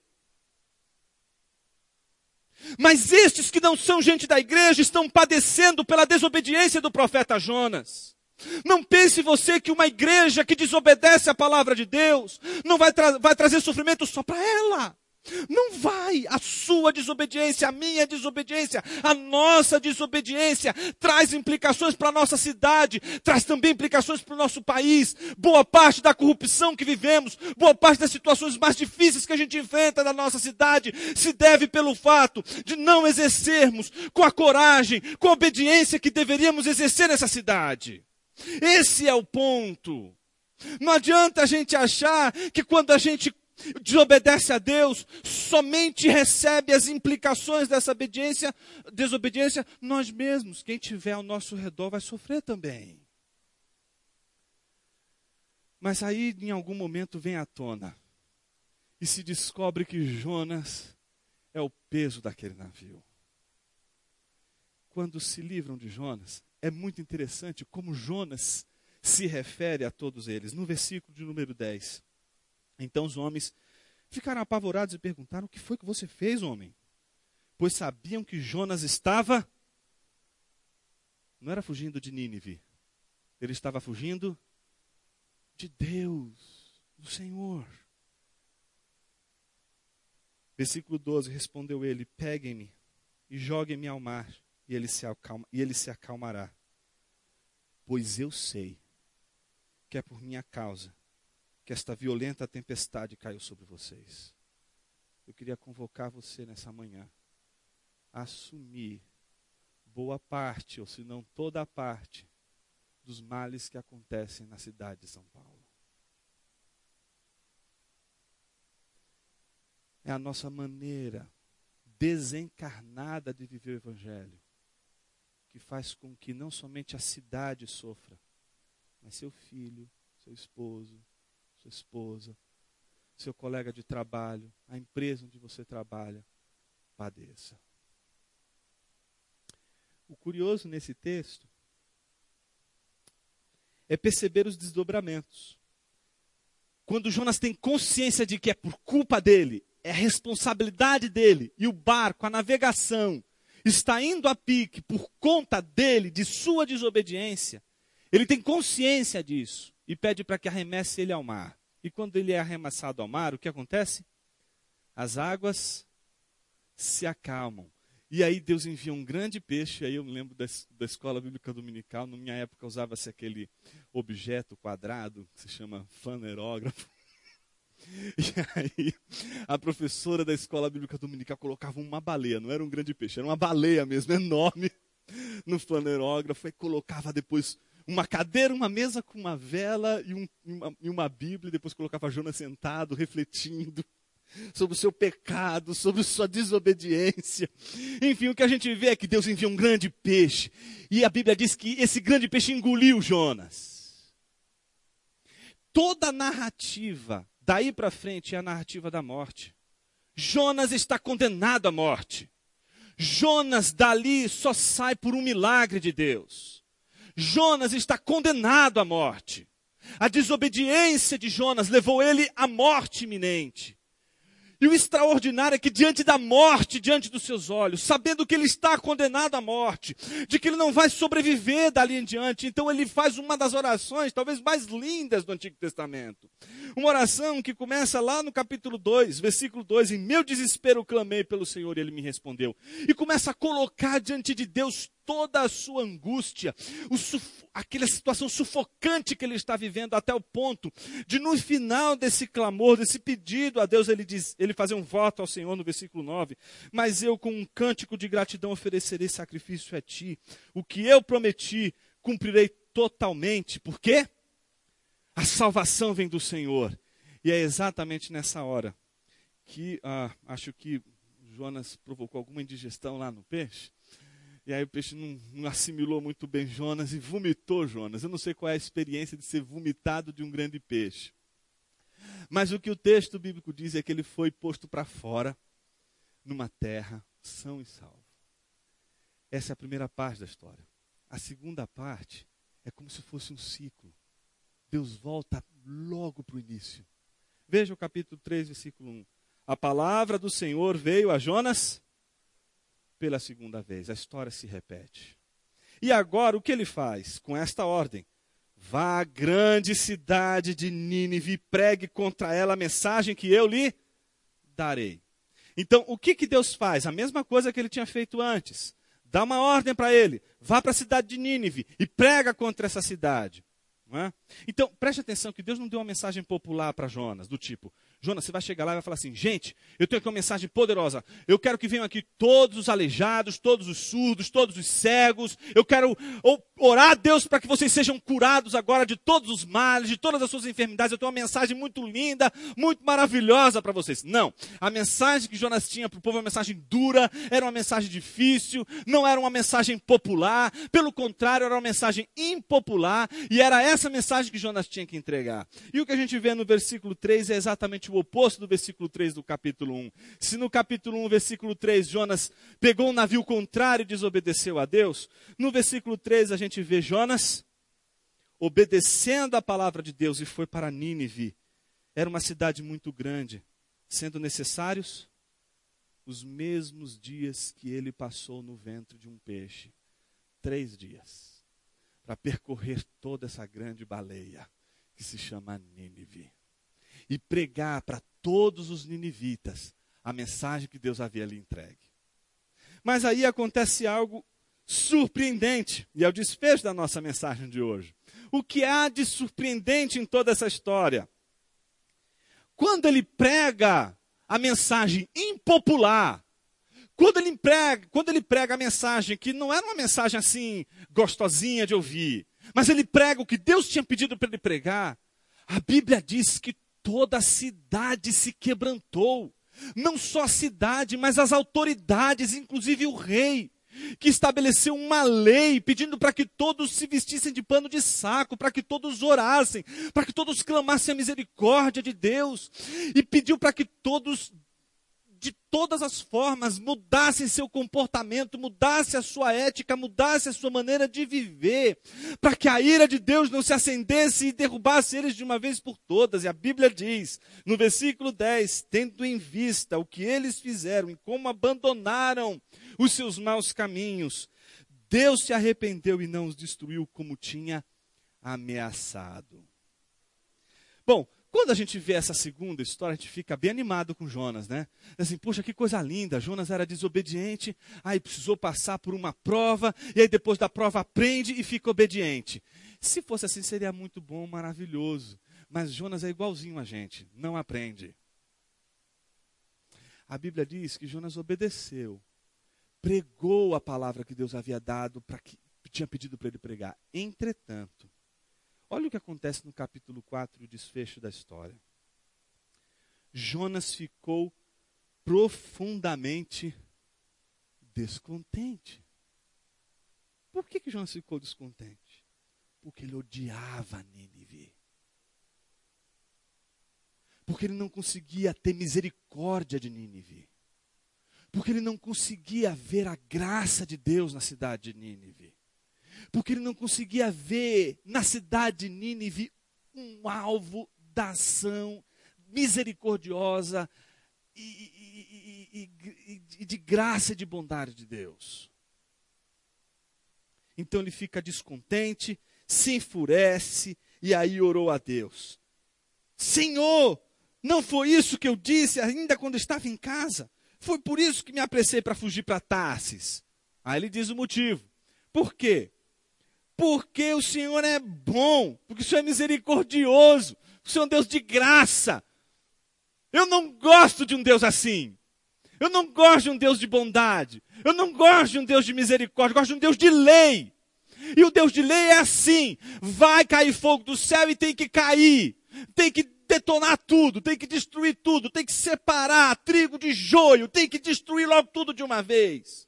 Mas estes que não são gente da igreja estão padecendo pela desobediência do profeta Jonas. Não pense você que uma igreja que desobedece à palavra de Deus não vai, tra- vai trazer sofrimento só para ela. Não vai. A sua desobediência, a minha desobediência, a nossa desobediência traz implicações para a nossa cidade, traz também implicações para o nosso país. Boa parte da corrupção que vivemos, boa parte das situações mais difíceis que a gente enfrenta na nossa cidade se deve pelo fato de não exercermos com a coragem, com a obediência que deveríamos exercer nessa cidade. Esse é o ponto. Não adianta a gente achar que quando a gente desobedece a Deus, somente recebe as implicações dessa obediência, desobediência, nós mesmos, quem tiver ao nosso redor vai sofrer também. Mas aí em algum momento vem à tona e se descobre que Jonas é o peso daquele navio. Quando se livram de Jonas, é muito interessante como Jonas se refere a todos eles. No versículo de número dez. Então os homens ficaram apavorados e perguntaram: o que foi que você fez, homem? Pois sabiam que Jonas estava, não era fugindo de Nínive, ele estava fugindo de Deus, do Senhor. Versículo doze, respondeu ele: peguem-me e joguem-me ao mar, e ele se acalma, e ele se acalmará. Pois eu sei que é por minha causa que esta violenta tempestade caiu sobre vocês. Eu queria convocar você nessa manhã a assumir boa parte, ou se não toda a parte, dos males que acontecem na cidade de São Paulo. É a nossa maneira desencarnada de viver o Evangelho que faz com que não somente a cidade sofra, mas seu filho, seu esposo, sua esposa, seu colega de trabalho, a empresa onde você trabalha, compadeça. O curioso nesse texto é perceber os desdobramentos. Quando Jonas tem consciência de que é por culpa dele, é a responsabilidade dele, e o barco, a navegação, está indo a pique por conta dele, de sua desobediência, ele tem consciência disso e pede para que arremesse ele ao mar. E quando ele é arremessado ao mar, o que acontece? As águas se acalmam. E aí Deus envia um grande peixe. Aí eu me lembro da, da escola bíblica dominical. Na minha época usava-se aquele objeto quadrado, que se chama fanerógrafo. E aí a professora da escola bíblica dominical colocava uma baleia. Não era um grande peixe, era uma baleia mesmo, enorme, no fanerógrafo. E colocava depois uma cadeira, uma mesa com uma vela e, um, uma, e uma Bíblia. E depois colocava Jonas sentado, refletindo sobre o seu pecado, sobre sua desobediência. Enfim, o que a gente vê é que Deus envia um grande peixe. E a Bíblia diz que esse grande peixe engoliu Jonas. Toda a narrativa, daí para frente, é a narrativa da morte. Jonas está condenado à morte. Jonas dali só sai por um milagre de Deus. Jonas está condenado à morte. A desobediência de Jonas levou ele à morte iminente. E o extraordinário é que diante da morte, diante dos seus olhos, sabendo que ele está condenado à morte, de que ele não vai sobreviver dali em diante, então ele faz uma das orações talvez mais lindas do Antigo Testamento. Uma oração que começa lá no capítulo dois, versículo dois, em meu desespero clamei pelo Senhor e ele me respondeu. E começa a colocar diante de Deus toda a sua angústia, o suf- aquela situação sufocante que ele está vivendo, até o ponto de no final desse clamor, desse pedido a Deus, ele diz, ele fazer um voto ao Senhor no versículo nove, mas eu com um cântico de gratidão oferecerei sacrifício a ti, o que eu prometi cumprirei totalmente, por quê? A salvação vem do Senhor, e é exatamente nessa hora que, ah, acho que Jonas provocou alguma indigestão lá no peixe. E aí o peixe não, não assimilou muito bem Jonas e vomitou Jonas. Eu não sei qual é a experiência de ser vomitado de um grande peixe. Mas o que o texto bíblico diz é que ele foi posto para fora, numa terra, são e salvo. Essa é a primeira parte da história. A segunda parte é como se fosse um ciclo. Deus volta logo para o início. Veja o capítulo três, versículo um. A palavra do Senhor veio a Jonas pela segunda vez. A história se repete. E agora o que ele faz com esta ordem? Vá à grande cidade de Nínive e pregue contra ela a mensagem que eu lhe darei. Então, o que, que Deus faz? A mesma coisa que ele tinha feito antes. Dá uma ordem para ele. Vá para a cidade de Nínive e prega contra essa cidade. Não é? Então, preste atenção que Deus não deu uma mensagem popular para Jonas, do tipo, Jonas, você vai chegar lá e vai falar assim, gente, eu tenho aqui uma mensagem poderosa, eu quero que venham aqui todos os aleijados, todos os surdos, todos os cegos, eu quero orar a Deus para que vocês sejam curados agora de todos os males, de todas as suas enfermidades, eu tenho uma mensagem muito linda, muito maravilhosa para vocês. Não, a mensagem que Jonas tinha para o povo era uma mensagem dura, era uma mensagem difícil, não era uma mensagem popular, pelo contrário, era uma mensagem impopular, e era essa mensagem que Jonas tinha que entregar. E o que a gente vê no versículo três é exatamente o oposto do versículo três do capítulo um. Se no capítulo um, versículo três, Jonas pegou um navio contrário e desobedeceu a Deus, no versículo três a gente vê Jonas obedecendo a palavra de Deus e foi para Nínive. Era uma cidade muito grande, sendo necessários os mesmos dias que ele passou no ventre de um peixe. Três dias. Para percorrer toda essa grande baleia que se chama Nínive. E pregar para todos os ninivitas a mensagem que Deus havia lhe entregue. Mas aí acontece algo surpreendente, e é o desfecho da nossa mensagem de hoje. O que há de surpreendente em toda essa história? Quando ele prega a mensagem impopular, quando ele prega, quando ele prega a mensagem que não era uma mensagem assim gostosinha de ouvir, mas ele prega o que Deus tinha pedido para ele pregar, a Bíblia diz que toda a cidade se quebrantou. Não só a cidade, mas as autoridades, inclusive o rei, que estabeleceu uma lei pedindo para que todos se vestissem de pano de saco, para que todos orassem, para que todos clamassem a misericórdia de Deus, e pediu para que todos de todas as formas, mudasse seu comportamento, mudasse a sua ética, mudasse a sua maneira de viver, para que a ira de Deus não se acendesse e derrubasse eles de uma vez por todas. E a Bíblia diz, no versículo dez, tendo em vista o que eles fizeram e como abandonaram os seus maus caminhos, Deus se arrependeu e não os destruiu como tinha ameaçado. Bom, quando a gente vê essa segunda história, a gente fica bem animado com Jonas, né? Assim, poxa, que coisa linda, Jonas era desobediente, aí precisou passar por uma prova, e aí depois da prova aprende e fica obediente. Se fosse assim, seria muito bom, maravilhoso. Mas Jonas é igualzinho a gente, não aprende. A Bíblia diz que Jonas obedeceu, pregou a palavra que Deus havia dado, para que tinha pedido para ele pregar. Entretanto, olha o que acontece no capítulo quatro, o desfecho da história. Jonas ficou profundamente descontente. Por que que Jonas ficou descontente? Porque ele odiava Nínive. Porque ele não conseguia ter misericórdia de Nínive. Porque ele não conseguia ver a graça de Deus na cidade de Nínive. Porque ele não conseguia ver na cidade de Nínive um alvo da ação misericordiosa e, e, e, e de graça e de bondade de Deus. Então ele fica descontente, se enfurece e aí orou a Deus. Senhor, não foi isso que eu disse ainda quando estava em casa? Foi por isso que me apressei para fugir para Tarsis. Aí ele diz o motivo. Por quê? Porque o Senhor é bom, porque o Senhor é misericordioso, o Senhor é um Deus de graça. Eu não gosto de um Deus assim. Eu não gosto de um Deus de bondade. Eu não gosto de um Deus de misericórdia, eu gosto de um Deus de lei. E o Deus de lei é assim, vai cair fogo do céu e tem que cair, tem que detonar tudo, tem que destruir tudo, tem que separar trigo de joio, tem que destruir logo tudo de uma vez.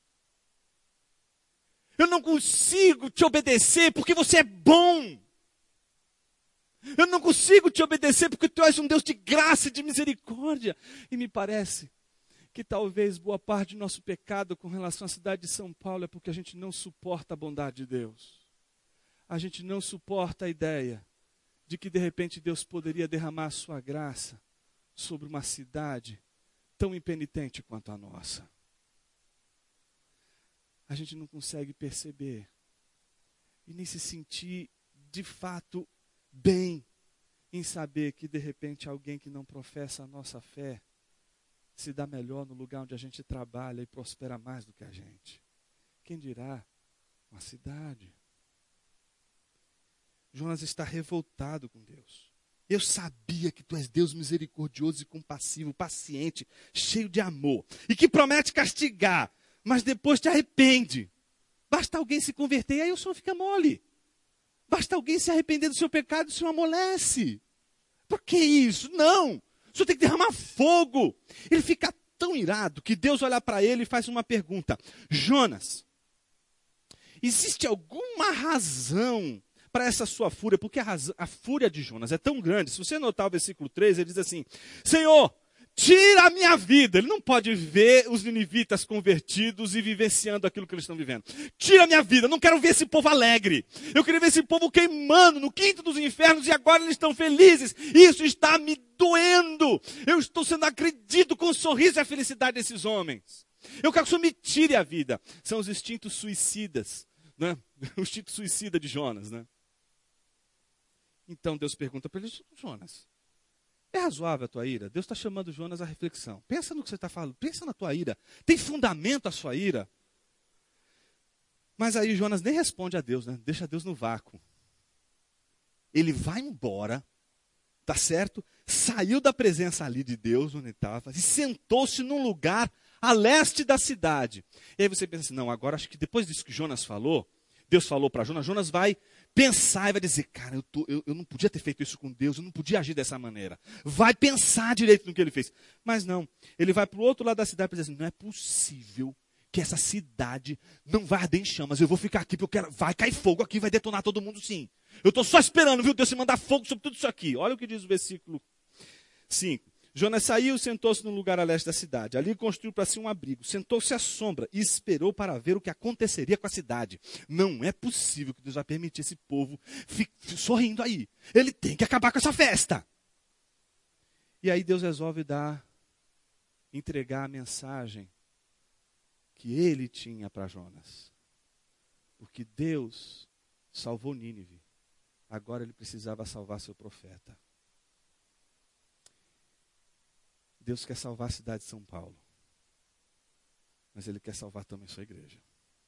Eu não consigo te obedecer porque você é bom. Eu não consigo te obedecer porque tu és um Deus de graça e de misericórdia. E me parece que talvez boa parte do nosso pecado com relação à cidade de São Paulo é porque a gente não suporta a bondade de Deus. A gente não suporta a ideia de que de repente Deus poderia derramar a sua graça sobre uma cidade tão impenitente quanto a nossa. A gente não consegue perceber e nem se sentir de fato bem em saber que de repente alguém que não professa a nossa fé se dá melhor no lugar onde a gente trabalha e prospera mais do que a gente. Quem dirá uma cidade? Jonas está revoltado com Deus. Eu sabia que tu és Deus misericordioso e compassivo, paciente, cheio de amor e que promete castigar, mas depois te arrepende. Basta alguém se converter e aí o Senhor fica mole. Basta alguém se arrepender do seu pecado e o Senhor amolece. Por que isso? Não. O Senhor tem que derramar fogo. Ele fica tão irado que Deus olha para ele e faz uma pergunta. Jonas, existe alguma razão para essa sua fúria? Porque a, razão, a fúria de Jonas é tão grande. Se você notar o versículo três, ele diz assim, Senhor, tira a minha vida. Ele não pode ver os ninivitas convertidos e vivenciando aquilo que eles estão vivendo. Tira a minha vida. Eu não quero ver esse povo alegre. Eu queria ver esse povo queimando no quinto dos infernos e agora eles estão felizes. Isso está me doendo. Eu estou sendo agredido com o sorriso e a felicidade desses homens. Eu quero que o Senhor me tire a vida. São os instintos suicidas, né? O instinto suicida de Jonas, né? Então Deus pergunta para ele, Jonas, é razoável a tua ira? Deus está chamando Jonas à reflexão. Pensa no que você está falando. Pensa na tua ira. Tem fundamento a sua ira? Mas aí Jonas nem responde a Deus, né? Deixa Deus no vácuo. Ele vai embora, tá certo? Saiu da presença ali de Deus, onde estava, e sentou-se num lugar a leste da cidade. E aí você pensa assim, não, agora acho que depois disso que Jonas falou, Deus falou para Jonas, Jonas vai pensar e vai dizer, cara, eu, tô, eu, eu não podia ter feito isso com Deus, eu não podia agir dessa maneira. Vai pensar direito no que ele fez. Mas não, ele vai para o outro lado da cidade e diz assim, não é possível que essa cidade não vai arder em chamas. Eu vou ficar aqui porque eu quero, vai cair fogo aqui, vai detonar todo mundo sim. Eu estou só esperando, viu, Deus, se mandar fogo sobre tudo isso aqui. Olha o que diz o versículo cinco. Jonas saiu e sentou-se num lugar a leste da cidade. Ali construiu para si um abrigo. Sentou-se à sombra e esperou para ver o que aconteceria com a cidade. Não é possível que Deus vai permitir esse povo fique sorrindo aí. Ele tem que acabar com essa festa. E aí Deus resolve dar, entregar a mensagem que ele tinha para Jonas. Porque Deus salvou Nínive. Agora ele precisava salvar seu profeta. Deus quer salvar a cidade de São Paulo. Mas Ele quer salvar também sua igreja.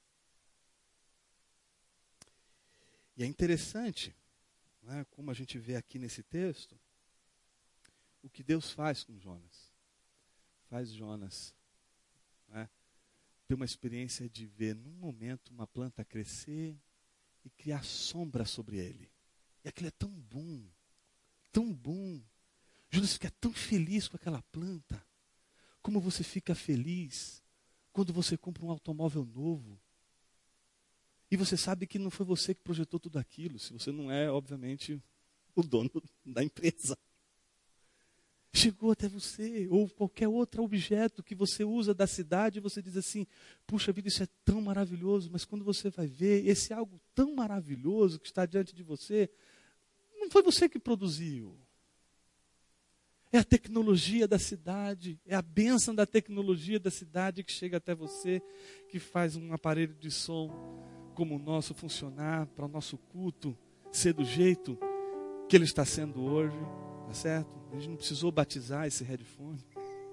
E é interessante, né, como a gente vê aqui nesse texto, o que Deus faz com Jonas. Faz Jonas, né, ter uma experiência de ver num momento uma planta crescer e criar sombra sobre ele. E aquilo é tão bom, tão bom. Jonas fica tão feliz com aquela planta, como você fica feliz quando você compra um automóvel novo. E você sabe que não foi você que projetou tudo aquilo, se você não é, obviamente, o dono da empresa. Chegou até você, ou qualquer outro objeto que você usa da cidade, e você diz assim, puxa vida, isso é tão maravilhoso, mas quando você vai ver, esse algo tão maravilhoso que está diante de você, não foi você que produziu. É a tecnologia da cidade, é a bênção da tecnologia da cidade que chega até você, que faz um aparelho de som como o nosso funcionar, para o nosso culto ser do jeito que ele está sendo hoje, tá certo? A gente não precisou batizar esse headphone.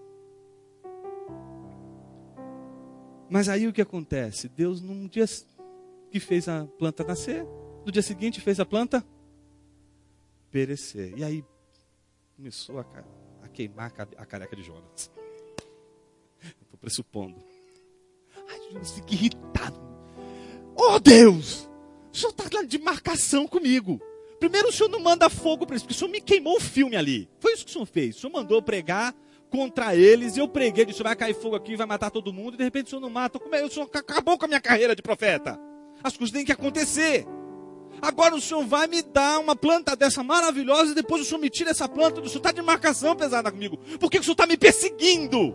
Mas aí o que acontece? Deus, num dia que fez a planta nascer, no dia seguinte fez a planta perecer. E aí começou a, a queimar a careca de Jonas. Estou pressupondo. Ai, Jonas fica irritado. Oh Deus! O senhor está lá de marcação comigo. Primeiro o senhor não manda fogo para isso, porque o senhor me queimou o filme ali. Foi isso que o senhor fez. O senhor mandou pregar contra eles, e eu preguei, disse, vai cair fogo aqui, vai matar todo mundo, e de repente o senhor não mata. Como é? O senhor acabou com a minha carreira de profeta. As coisas têm que acontecer. Agora o senhor vai me dar uma planta dessa maravilhosa, e depois o senhor me tira essa planta, o senhor está de marcação pesada comigo. Por que o senhor está me perseguindo?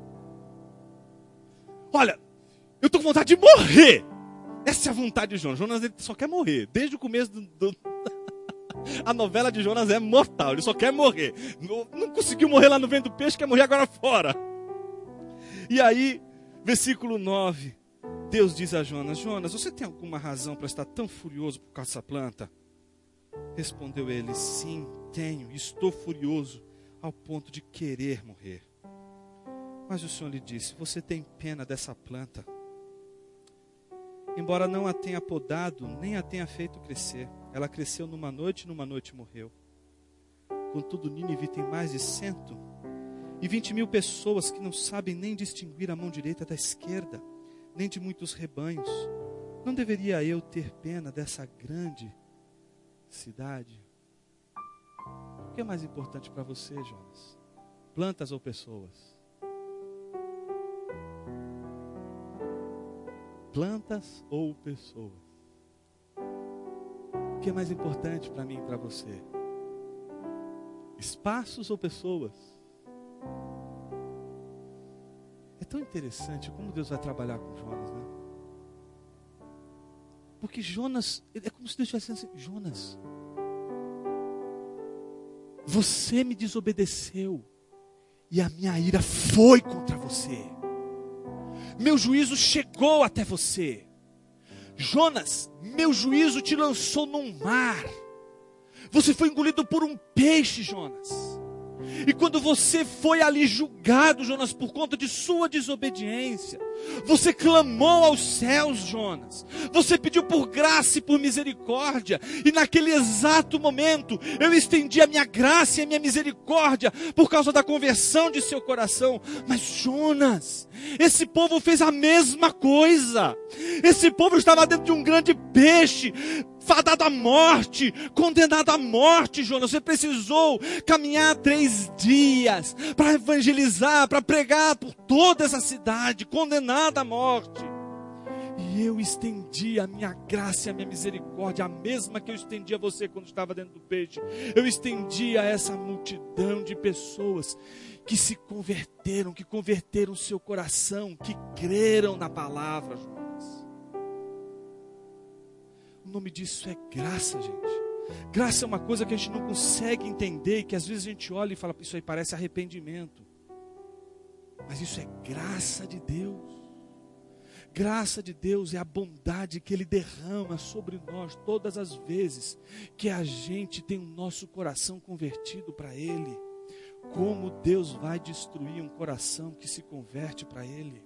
Olha, eu estou com vontade de morrer. Essa é a vontade de Jonas. Jonas ele só quer morrer. Desde o começo do... do... A novela de Jonas é mortal. Ele só quer morrer. Não, não conseguiu morrer lá no ventre do peixe, quer morrer agora fora. E aí, versículo nove. Deus diz a Jonas, Jonas, você tem alguma razão para estar tão furioso por causa dessa planta? Respondeu ele, sim, tenho. Estou furioso ao ponto de querer morrer. Mas o Senhor lhe disse, você tem pena dessa planta? Embora não a tenha podado, nem a tenha feito crescer. Ela cresceu numa noite e numa noite morreu. Contudo, Nínive tem mais de cento e vinte mil pessoas que não sabem nem distinguir a mão direita da esquerda, nem de muitos rebanhos. Não deveria eu ter pena dessa grande cidade? O que é mais importante para você, Jonas? Plantas ou pessoas? Plantas ou pessoas? O que é mais importante para mim e para você? Espaços ou pessoas? É tão interessante como Deus vai trabalhar com Jonas, né? Porque Jonas, é como se Deus estivesse dizendo assim, Jonas, você me desobedeceu e a minha ira foi contra você. Meu juízo chegou até você. Jonas, meu juízo te lançou num mar. Você foi engolido por um peixe, Jonas. E quando você foi ali julgado, Jonas, por conta de sua desobediência, você clamou aos céus, Jonas. Você pediu por graça e por misericórdia. E naquele exato momento, eu estendi a minha graça e a minha misericórdia por causa da conversão de seu coração. Mas Jonas, esse povo fez a mesma coisa. Esse povo estava dentro de um grande peixe, fadado à morte, condenado à morte, Jonas. Você precisou caminhar três dias para evangelizar, para pregar por toda essa cidade, condenada à morte. E eu estendi a minha graça e a minha misericórdia, a mesma que eu estendi a você quando estava dentro do peixe. Eu estendi a essa multidão de pessoas que se converteram, que converteram o seu coração, que creram na palavra, Jonas. O nome disso é graça, gente. Graça é uma coisa que a gente não consegue entender, que às vezes a gente olha e fala, isso aí parece arrependimento. Mas isso é graça de Deus. Graça de Deus é a bondade que Ele derrama sobre nós todas as vezes que a gente tem o nosso coração convertido para Ele. Como Deus vai destruir um coração que se converte para Ele?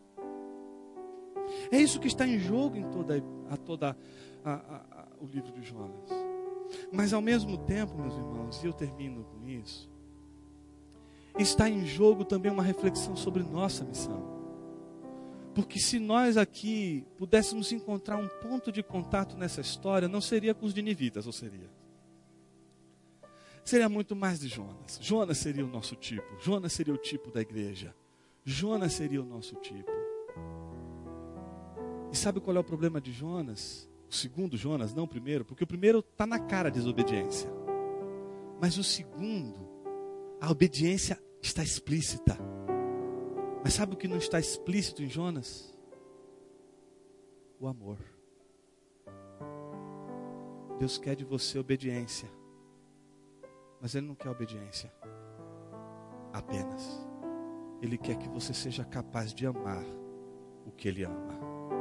É isso que está em jogo em toda, a, toda a, a, a, o livro de Jonas. Mas ao mesmo tempo, meus irmãos, e eu termino com isso, está em jogo também uma reflexão sobre nossa missão. Porque se nós aqui pudéssemos encontrar um ponto de contato nessa história, não seria com os ninivitas, ou seria? Seria muito mais de Jonas. Jonas seria o nosso tipo. Jonas seria o tipo da igreja. Jonas seria o nosso tipo. E sabe qual é o problema de Jonas? O segundo Jonas, não o primeiro, porque o primeiro está na cara a desobediência. Mas o segundo, a obediência está explícita. Mas sabe o que não está explícito em Jonas? O amor. Deus quer de você obediência. Mas Ele não quer obediência apenas. Ele quer que você seja capaz de amar o que Ele ama.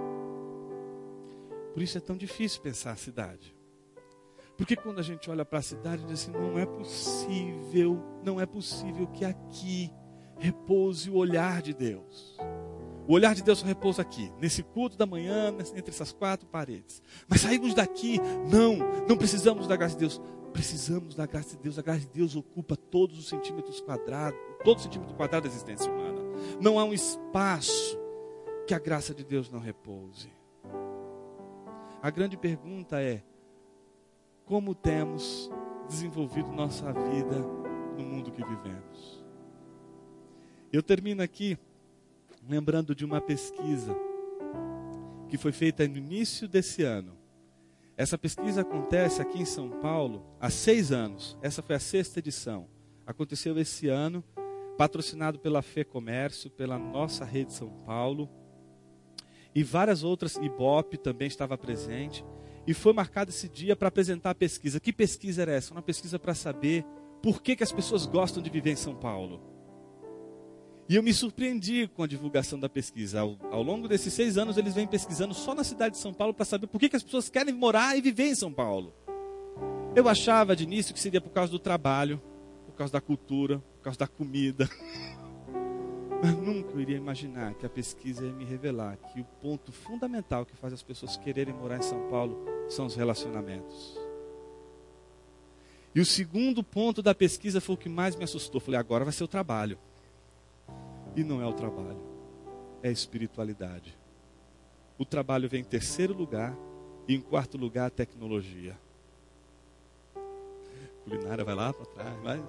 Por isso é tão difícil pensar a cidade. Porque quando a gente olha para a cidade, diz assim, não é possível, não é possível que aqui repouse o olhar de Deus. O olhar de Deus só repousa aqui, nesse culto da manhã, entre essas quatro paredes. Mas saímos daqui, não, não precisamos da graça de Deus. Precisamos da graça de Deus. A graça de Deus ocupa todos os centímetros quadrados, todo centímetro quadrado da existência humana. Não há um espaço que a graça de Deus não repouse. A grande pergunta é, como temos desenvolvido nossa vida no mundo que vivemos? Eu termino aqui lembrando de uma pesquisa que foi feita no início desse ano. Essa pesquisa acontece aqui em São Paulo há seis anos. Essa foi a sexta edição. Aconteceu esse ano, patrocinado pela FEComércio, pela nossa Rede São Paulo. E várias outras, Ibope também estava presente. E foi marcado esse dia para apresentar a pesquisa. Que pesquisa era essa? Uma pesquisa para saber por que, que as pessoas gostam de viver em São Paulo. E eu me surpreendi com a divulgação da pesquisa. Ao, ao longo desses seis anos, eles vêm pesquisando só na cidade de São Paulo para saber por que, que as pessoas querem morar e viver em São Paulo. Eu achava de início que seria por causa do trabalho, por causa da cultura, por causa da comida. Mas nunca eu iria imaginar que a pesquisa ia me revelar que o ponto fundamental que faz as pessoas quererem morar em São Paulo são os relacionamentos. E o segundo ponto da pesquisa foi o que mais me assustou. Falei, agora vai ser o trabalho. E não é o trabalho, é a espiritualidade. O trabalho vem em terceiro lugar e em quarto lugar a tecnologia. Culinária vai lá para trás, vai.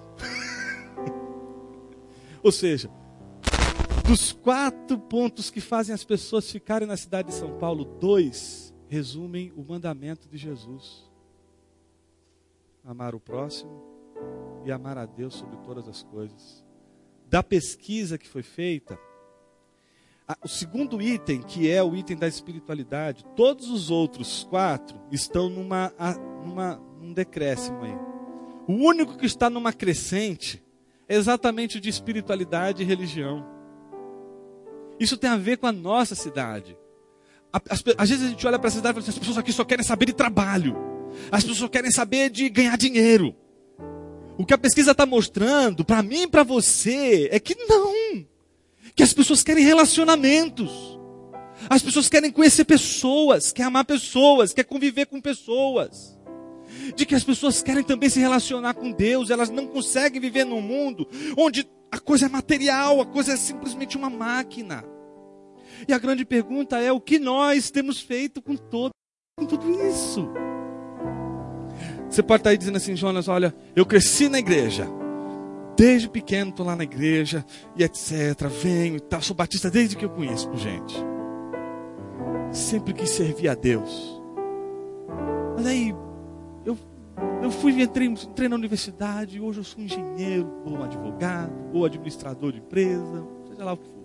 Ou seja, dos quatro pontos que fazem as pessoas ficarem na cidade de São Paulo, dois resumem o mandamento de Jesus: amar o próximo e amar a Deus sobre todas as coisas. Da pesquisa que foi feita, a, o segundo item, que é o item da espiritualidade, todos os outros quatro estão numa, a, numa, num decréscimo aí. O único que está numa crescente é exatamente o de espiritualidade e religião. Isso tem a ver com a nossa cidade. As, às vezes a gente olha para a cidade e fala assim, as pessoas aqui só querem saber de trabalho. As pessoas só querem saber de ganhar dinheiro. O que a pesquisa está mostrando, para mim e para você, é que não. Que as pessoas querem relacionamentos. As pessoas querem conhecer pessoas, querem amar pessoas, querem conviver com pessoas. De que as pessoas querem também se relacionar com Deus. Elas não conseguem viver num mundo onde a coisa é material, a coisa é simplesmente uma máquina. E a grande pergunta é, o que nós temos feito com, todo, com tudo isso? Você pode estar aí dizendo assim, Jonas, olha, eu cresci na igreja. Desde pequeno estou lá na igreja, e etcétera. Venho e tal, sou batista desde que eu conheço, gente. sempre quis servir a Deus. Mas aí, eu, eu fui, entrei, entrei na universidade, hoje eu sou um engenheiro, ou um advogado, ou administrador de empresa, seja lá o que for.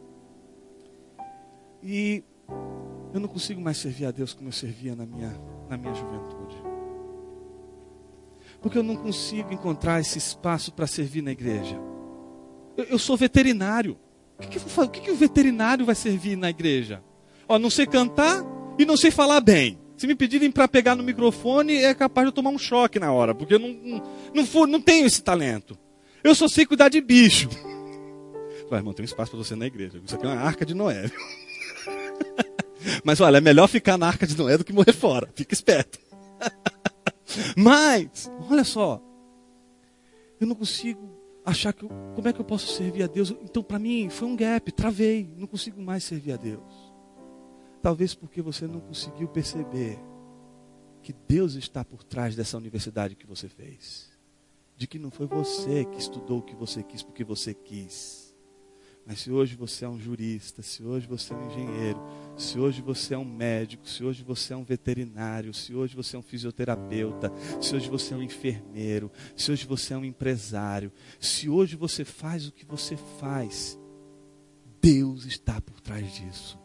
E eu não consigo mais servir a Deus como eu servia na minha, na minha juventude. Porque eu não consigo encontrar esse espaço para servir na igreja. Eu, eu sou veterinário. O que, que, eu vou fazer? O que, que o veterinário vai servir na igreja? Ó, não sei cantar e não sei falar bem. Se me pedirem para pegar no microfone, é capaz de eu tomar um choque na hora, porque eu não, não, não, for, não tenho esse talento. Eu só sei cuidar de bicho. Vai, irmão, tem um espaço para você na igreja. Isso aqui é uma arca de Noé. Mas olha, é melhor ficar na arca de Noé do que morrer fora. Fica esperto. Mas, olha só. Eu não consigo achar que eu, como é que eu posso servir a Deus. Então para mim foi um gap, travei. Não consigo mais servir a Deus. Talvez porque você não conseguiu perceber que Deus está por trás dessa universidade que você fez. De que não foi você que estudou o que você quis porque você quis. Mas se hoje você é um jurista, se hoje você é um engenheiro, se hoje você é um médico, se hoje você é um veterinário, se hoje você é um fisioterapeuta, se hoje você é um enfermeiro, se hoje você é um empresário, se hoje você faz o que você faz, Deus está por trás disso.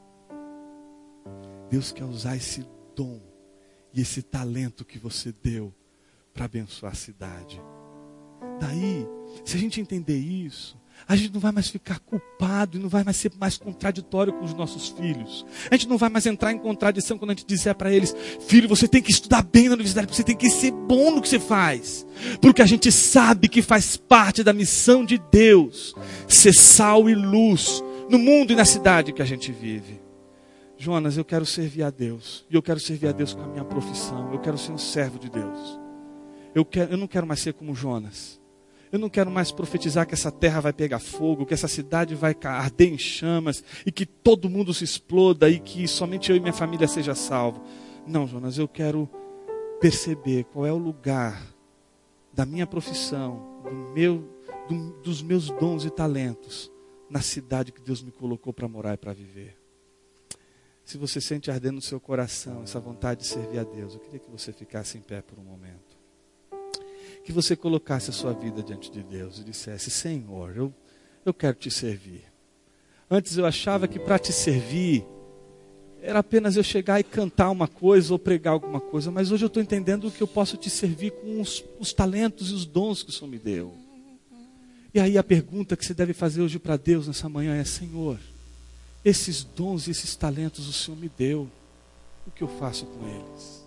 Deus quer usar esse dom e esse talento que você deu para abençoar a cidade. Daí, se a gente entender isso, a gente não vai mais ficar culpado e não vai mais ser mais contraditório com os nossos filhos. A gente não vai mais entrar em contradição quando a gente disser para eles: filho, você tem que estudar bem na universidade, você tem que ser bom no que você faz. Porque a gente sabe que faz parte da missão de Deus ser sal e luz no mundo e na cidade que a gente vive. Jonas, eu quero servir a Deus. E eu quero servir a Deus com a minha profissão. Eu quero ser um servo de Deus. Eu, quero, eu não quero mais ser como Jonas. Eu não quero mais profetizar que essa terra vai pegar fogo, que essa cidade vai arder em chamas, e que todo mundo se exploda, e que somente eu e minha família seja salvo. Não, Jonas, eu quero perceber qual é o lugar da minha profissão, do meu, do, dos meus dons e talentos, na cidade que Deus me colocou para morar e para viver. Se você sente arder no seu coração essa vontade de servir a Deus, eu queria que você ficasse em pé por um momento. Que você colocasse a sua vida diante de Deus e dissesse: Senhor, eu, eu quero te servir. Antes eu achava que para te servir era apenas eu chegar e cantar uma coisa ou pregar alguma coisa, mas hoje eu estou entendendo que eu posso te servir com os, os talentos e os dons que o Senhor me deu. E aí a pergunta que você deve fazer hoje para Deus nessa manhã é: Senhor, esses dons e esses talentos o Senhor me deu, o que eu faço com eles?